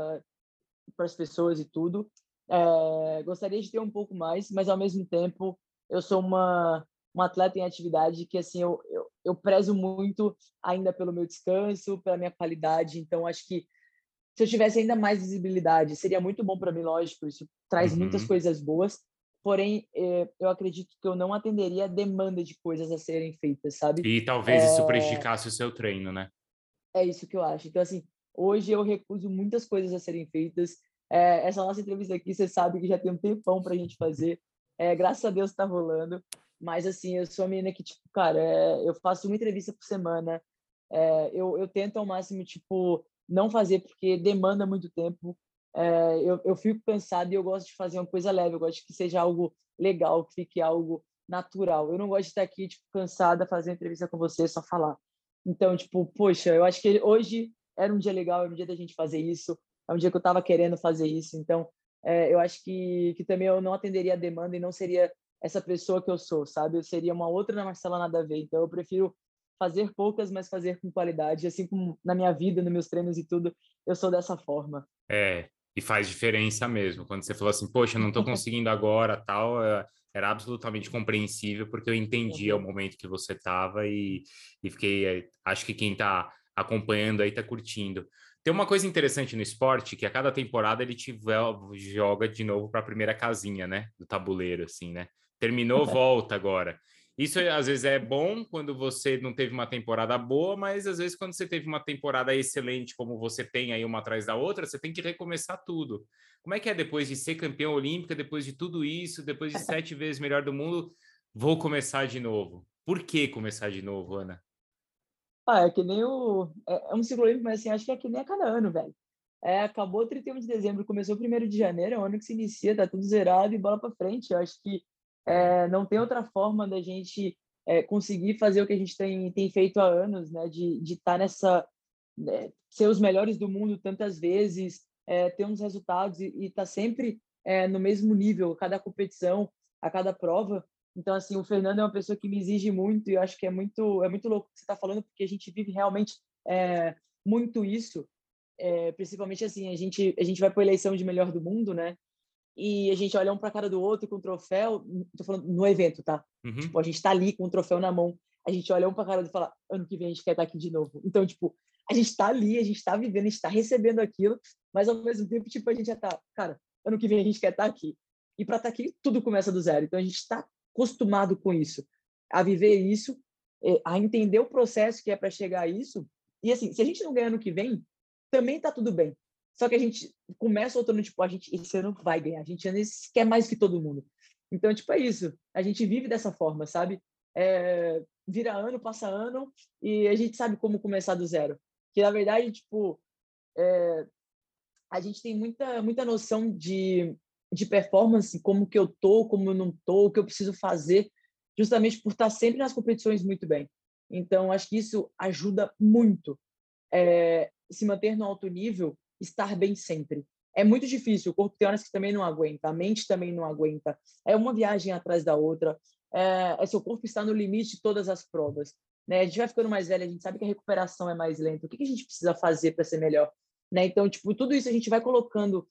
para as pessoas e tudo. Gostaria de ter um pouco mais, mas ao mesmo tempo, eu sou uma atleta em atividade que, assim, eu prezo muito ainda pelo meu descanso, pela minha qualidade. Então, acho que se eu tivesse ainda mais visibilidade, seria muito bom para mim, lógico, isso traz muitas uhum. coisas boas, porém, eu acredito que eu não atenderia a demanda de coisas a serem feitas, sabe? E talvez isso É, prejudicasse o seu treino, né? é isso que eu acho. Então, assim, hoje eu recuso muitas coisas a serem feitas. Essa nossa entrevista aqui, você sabe que já tem um tempão para a gente fazer. Graças a Deus está rolando. Mas, assim, eu sou uma menina que, tipo, cara, eu faço uma entrevista por semana. Eu tento ao máximo, tipo, não fazer porque demanda muito tempo. Eu fico cansado e eu gosto de fazer uma coisa leve. Eu gosto que seja algo legal, que fique algo natural. Eu não gosto de estar aqui, tipo, cansada, fazer uma entrevista com você, só falar. Então, tipo, poxa, eu acho que hoje era um dia legal, era um dia da gente fazer isso, é um dia que eu estava querendo fazer isso. Então, eu acho que também eu não atenderia a demanda e não seria essa pessoa que eu sou, sabe? Eu seria uma outra na Marcela nada a ver. Então, eu prefiro fazer poucas, mas fazer com qualidade. Assim como na minha vida, nos meus treinos e tudo, eu sou dessa forma. É, e faz diferença mesmo. Quando você falou assim, poxa, eu não estou conseguindo agora, tal, era absolutamente compreensível, porque eu entendia o Uhum. momento que você estava e fiquei, acho que quem está acompanhando aí está curtindo. Tem uma coisa interessante no esporte, que a cada temporada ele joga de novo para a primeira casinha, né, do tabuleiro, assim, né? Terminou, volta agora. Isso às vezes é bom quando você não teve uma temporada boa, mas às vezes quando você teve uma temporada excelente, como você tem aí uma atrás da outra, você tem que recomeçar tudo. Como é que é depois de ser campeão olímpica, depois de tudo isso, depois de 7 vezes melhor do mundo, vou começar de novo? Por que começar de novo, Ana? É que nem o. É um ciclo olímpico, mas assim, acho que é que nem a cada ano, velho. Acabou 31 de dezembro, começou 1º de janeiro, é o ano que se inicia, tá tudo zerado e bola para frente. Eu acho que É. não tem outra forma da gente conseguir fazer o que a gente tem feito há anos, né? De estar nessa, ser os melhores do mundo tantas vezes, ter uns resultados e estar sempre no mesmo nível, a cada competição, a cada prova. Então, assim, o Fernando é uma pessoa que me exige muito e eu acho que é muito louco o que você está falando, porque a gente vive realmente muito isso. Principalmente assim, a gente vai para a eleição de melhor do mundo, né? E a gente olha um para a cara do outro com o troféu, tô falando no evento, tá? Tipo, Uhum. a gente tá ali com o troféu na mão, a gente olha um para a cara do outro e fala, ano que vem a gente quer estar aqui de novo. Então, tipo, a gente tá ali, a gente tá vivendo, a gente tá recebendo aquilo, mas ao mesmo tempo, tipo, a gente já tá, cara, ano que vem a gente quer estar aqui. E para estar aqui, tudo começa do zero. Então, a gente está acostumado com isso, a viver isso, a entender o processo que é para chegar a isso. E assim, se a gente não ganhar ano que vem, também tá tudo bem. Só que a gente começa outono, tipo, a gente esse ano vai ganhar, a gente quer mais que todo mundo. Então, tipo, é isso. A gente vive dessa forma, sabe? Vira ano, passa ano, e a gente sabe como começar do zero. Que, na verdade, tipo, a gente tem muita noção de performance, como que eu tô, como eu não tô, o que eu preciso fazer, justamente por estar sempre nas competições muito bem. Então, acho que isso ajuda muito se manter no alto nível, estar bem sempre. É muito difícil, o corpo tem horas que também não aguenta, a mente também não aguenta. É uma viagem atrás da outra, seu corpo está no limite de todas as provas. Né? A gente vai ficando mais velho, a gente sabe que a recuperação é mais lenta. O que a gente precisa fazer para ser melhor? Né? Então, tipo, tudo isso a gente vai colocando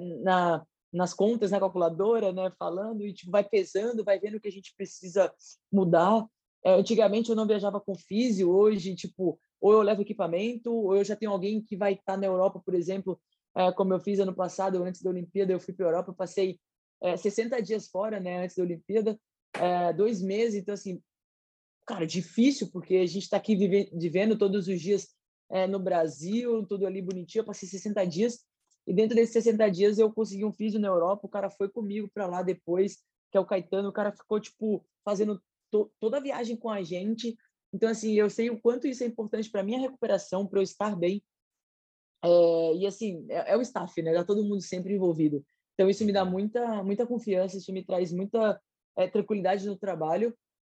nas contas, na calculadora, né? Falando e tipo, vai pesando, vai vendo o que a gente precisa mudar. Antigamente eu não viajava com físio, hoje, tipo, ou eu levo equipamento, ou eu já tenho alguém que vai estar na Europa, por exemplo, como eu fiz ano passado, antes da Olimpíada, eu fui para a Europa, eu passei 60 dias fora, né, antes da Olimpíada, 2 meses, então, assim, cara, difícil, porque a gente está aqui vivendo todos os dias no Brasil, tudo ali bonitinho, eu passei 60 dias, e dentro desses 60 dias eu consegui um físio na Europa, o cara foi comigo para lá depois, que é o Caetano, o cara ficou, tipo, fazendo toda a viagem com a gente. Então, assim, eu sei o quanto isso é importante para minha recuperação, para eu estar bem. E, assim, o staff, né? Tá todo mundo sempre envolvido. Então, isso me dá Uhum. muita confiança, isso me traz muita tranquilidade no trabalho.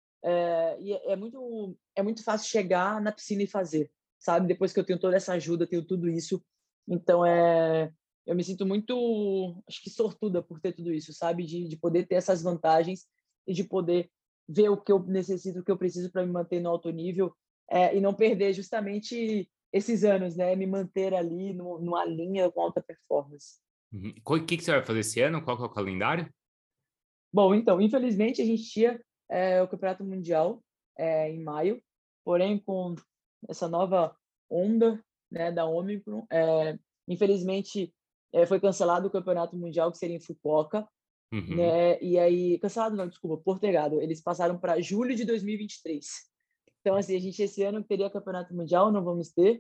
E é muito fácil chegar na piscina e fazer, sabe? Depois que eu tenho toda essa ajuda, tenho tudo isso. Então, eu me sinto muito, acho que sortuda por ter tudo isso, sabe? De poder ter essas vantagens e de poder ver o que eu necessito, o que eu preciso para me manter no alto nível e não perder justamente esses anos, né? Me manter ali numa linha com alta performance. Uhum. O que você vai fazer esse ano? Qual que é o calendário? Bom, então, infelizmente a gente tinha o Campeonato Mundial em maio, porém com essa nova onda, né, da Omicron, infelizmente foi cancelado o Campeonato Mundial que seria em Fukuoka, Uhum. né? E aí cancelado não, desculpa, postergado. Eles passaram para julho de 2023. Então assim, a gente esse ano teria Campeonato Mundial, não vamos ter.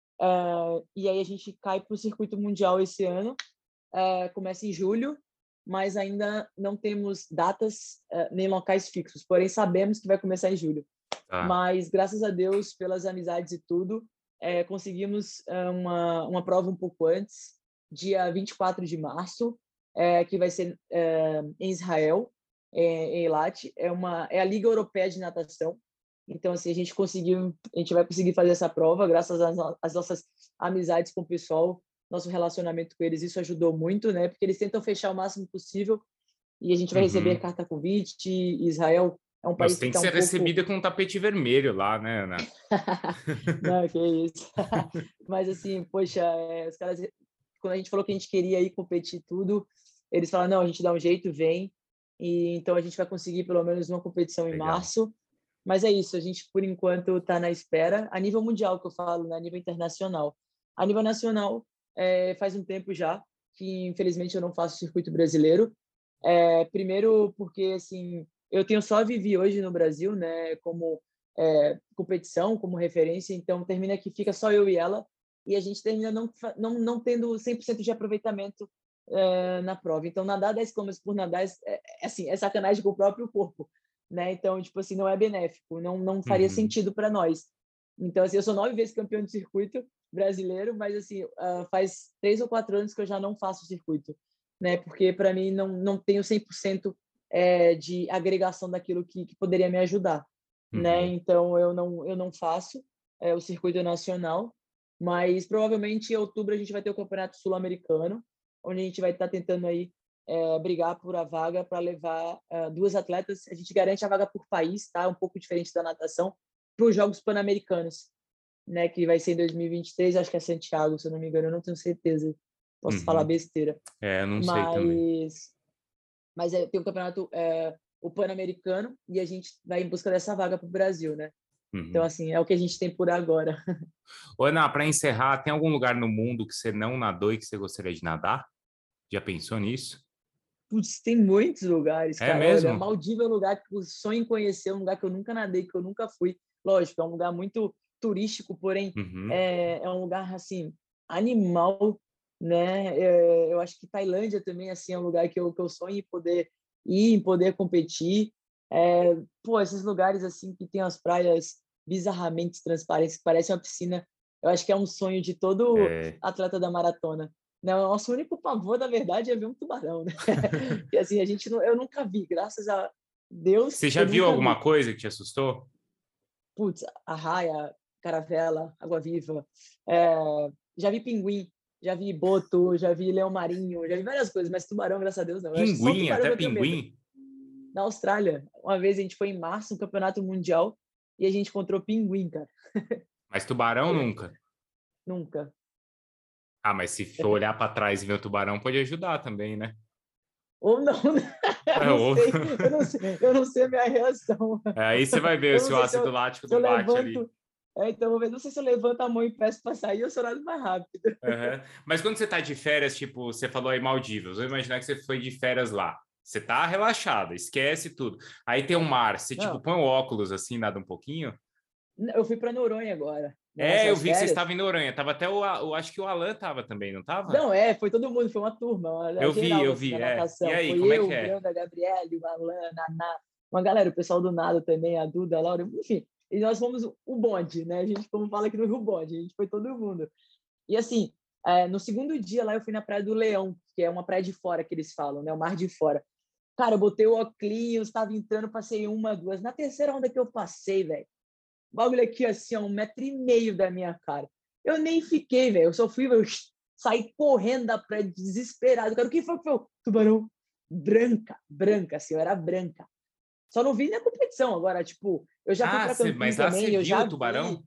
E aí a gente cai para o circuito mundial esse ano, começa em julho, mas ainda não temos datas nem locais fixos, porém sabemos que vai começar em julho. Tá. Mas, graças a Deus, pelas amizades e tudo, conseguimos uma prova um pouco antes, dia 24 de março, que vai ser em Israel, em Eilat. É a Liga Europeia de Natação. Então, assim, a gente vai conseguir fazer essa prova, graças às nossas amizades com o pessoal, nosso relacionamento com eles. Isso ajudou muito, né? Porque eles tentam fechar o máximo possível e a gente vai receber Uhum. carta convite. Israel é um Você país que tem que está um ser pouco. recebida com um tapete vermelho lá, né, Ana? Não, que isso. Mas assim, poxa, os caras, quando a gente falou que a gente queria ir competir tudo, eles falaram, não, a gente dá um jeito, vem. E então a gente vai conseguir pelo menos uma competição em Legal. março. Mas é isso, a gente por enquanto está na espera, a nível mundial que eu falo, né? A nível internacional. A nível nacional, faz um tempo já que infelizmente eu não faço circuito brasileiro. Primeiro porque assim, eu tenho só a Vivi hoje no Brasil, né? Como competição, como referência, então termina que fica só eu e ela, e a gente termina não tendo 100% de aproveitamento na prova. Então, nadar 10 km por nadar assim, é sacanagem com o próprio corpo, né? Então, tipo assim, não é benéfico, não faria Uhum. sentido para nós. Então, assim, eu sou 9 vezes campeão de circuito, brasileiro, mas assim, faz 3 ou 4 anos que eu já não faço circuito, né? Porque para mim não tenho 100% de agregação daquilo que poderia me ajudar, né? Uhum. Então eu não faço o circuito nacional, mas provavelmente em outubro a gente vai ter o Campeonato Sul-Americano, onde a gente vai estar tentando aí brigar por a vaga para levar 2 atletas. A gente garante a vaga por país, tá? Um pouco diferente da natação, para os Jogos Pan-Americanos, né? Que vai ser em 2023, acho que é Santiago, se eu não me engano, eu não tenho certeza. Posso falar Uhum. besteira. Eu não sei também. Mas tem o campeonato, o Pan-Americano, e a gente vai em busca dessa vaga para o Brasil, né? Então, Uhum. assim, é o que a gente tem por agora. Ô, Ana, para encerrar, tem algum lugar no mundo que você não nadou e que você gostaria de nadar? Já pensou nisso? Putz, tem muitos lugares, É cara. Olha, mesmo? Maldivas é um lugar que eu sonho em conhecer, é um lugar que eu nunca nadei, que eu nunca fui. Lógico, é um lugar muito turístico, porém Uhum. é um lugar assim animal, né? Eu acho que Tailândia também assim é um lugar que eu sonho em poder ir, em poder competir. Pô, esses lugares assim que tem as praias bizarramente transparentes, que parece uma piscina. Eu acho que é um sonho de todo É. atleta da maratona. Não, nosso único pavor, na verdade, é ver um tubarão, né? E assim, eu nunca vi, graças a Deus, Você já eu viu nunca vi. alguma coisa que te assustou? Putz, arraia, caravela, água-viva, é, já vi pinguim, já vi boto, já vi leão marinho, já vi várias coisas, mas tubarão, graças a Deus, não. Eu acho que só o Pinguim, tubarão até que eu tenho medo. pinguim? Na Austrália, uma vez a gente foi em março, no campeonato mundial, e a gente encontrou pinguim, cara. Mas tubarão nunca. Nunca. Ah, mas se for olhar para trás e ver o tubarão, pode ajudar também, né? Ou não, né? É, Não ou... sei, eu não sei a minha reação. Aí você vai ver Eu se não o sei se ácido eu, lático se eu não bate ali. levanto. Então, vou ver, não sei se eu levanto a mão e peço para sair ou se eu nado mais rápido. Aham. Mas quando você tá de férias, tipo, você falou aí Maldivas, vou imaginar que você foi de férias lá. Você tá relaxado, esquece tudo. Aí tem um mar, você tipo Não, põe o óculos assim, nada um pouquinho. eu fui para Noronha agora, É, eu nessas vi que você férias. estava em Noronha. Tava até eu acho que o Alan tava também, não tava? Não, foi todo mundo, foi uma turma, Eu vi, geral, eu assim, vi, da é. E natação. aí, Foi como é eu, que o é? Brando, a Gabriele, o Alan, a Naná, uma galera, o pessoal do nado também, a Duda, a Laura, enfim. E nós fomos o bonde, né? A gente, como fala aqui no Rio Bonde, a gente foi todo mundo. E assim, no segundo dia lá eu fui na Praia do Leão, que é uma praia de fora que eles falam, né? O mar de fora. Cara, eu botei o óculos, estava entrando, passei uma, duas. Na terceira onda que eu passei, velho, o bagulho aqui assim, 1,5 m da minha cara. Eu nem fiquei, velho. Eu só fui, eu saí correndo da praia, desesperado. Cara, o que foi que foi? Tubarão. Branca, branca, assim, eu era branca. Só não vi na competição. Agora, tipo, eu já fui Ah, para Cancún mas lá você também, eu viu já o tubarão?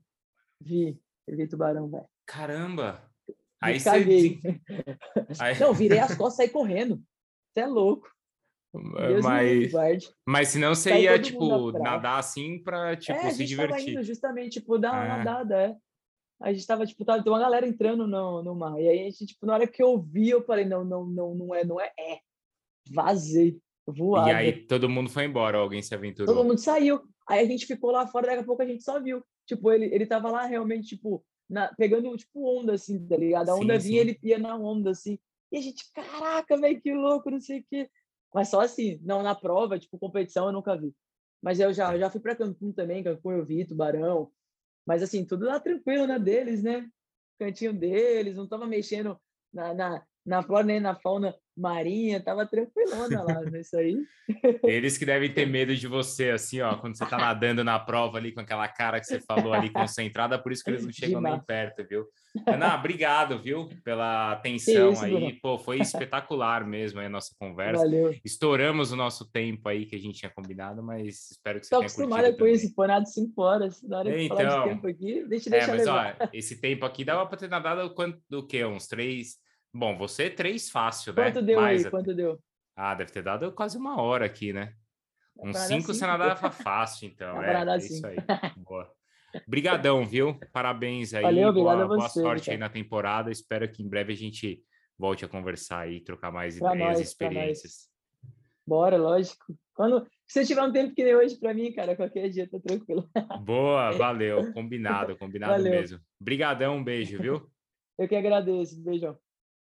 vi tubarão, velho. Caramba! Me Aí você caguei. aí... Não, virei as costas e saí correndo. Você é louco. Deus me livre, mas guarde. mas senão você Caiu ia todo mundo da tipo praia. nadar assim para tipo A se gente estava indo divertir. justamente, tipo, dar uma Ah, nadada, A gente tava, tipo, tem uma galera entrando no mar. E aí a gente, tipo, na hora que eu vi, eu falei, não, não, não, não é. Vazei, e voada. aí todo mundo foi embora, alguém se Todo aventurou. mundo saiu. Aí a gente ficou lá fora, daqui a pouco a gente só viu. Tipo, ele tava lá realmente, tipo, pegando, tipo, onda, assim, tá ligado? A onda Sim, vinha, sim. ele ia na onda, assim. E a gente, caraca, velho, que louco, não sei o quê. Mas só assim, não na prova, tipo, competição eu nunca vi. Mas eu já fui para Cancún também, Cancún eu vi, Tubarão. Mas assim, tudo lá tranquilo, né, deles, né? Cantinho deles, não tava mexendo na flora nem na fauna marinha, tava tranquilona lá, nisso aí. Eles que devem ter medo de você, assim, ó, quando você tá nadando na prova ali com aquela cara que você falou ali concentrada, por isso que eles não chegam nem Demais. perto, viu? Ana, obrigado, viu, pela Que atenção isso, aí. Bruno. Pô, foi espetacular mesmo aí a nossa conversa. Valeu. Estouramos o nosso tempo aí que a gente tinha combinado, mas espero que você Tô tenha curtido acostumada com também. isso, pô, nada de 5 horas. Na hora de falar de Então, tempo aqui, deixa mas ó, levar. esse tempo aqui dava para ter nadado quanto do quê? Uns 3. Bom, você 3 fácil, né? Quanto deu Mais aí? até. Quanto deu? Ah, deve ter dado quase 1 hora aqui, né? Dá Uns pra nadar 5 você 5, pô. nadava fácil, então. Dá pra nadar É isso 5. aí. Boa. Brigadão, viu? Parabéns Valeu, aí. obrigado a Boa você, sorte aí Vitor. na temporada. Espero que em breve a gente volte a conversar aí, trocar mais Pra ideias e nós, pra nós. experiências. Bora, lógico. Se você tiver um tempo que nem hoje pra mim, cara, qualquer dia, tá tranquilo. Boa, valeu. Combinado, combinado Valeu. mesmo. Brigadão, um beijo, viu? Eu que agradeço. Beijão.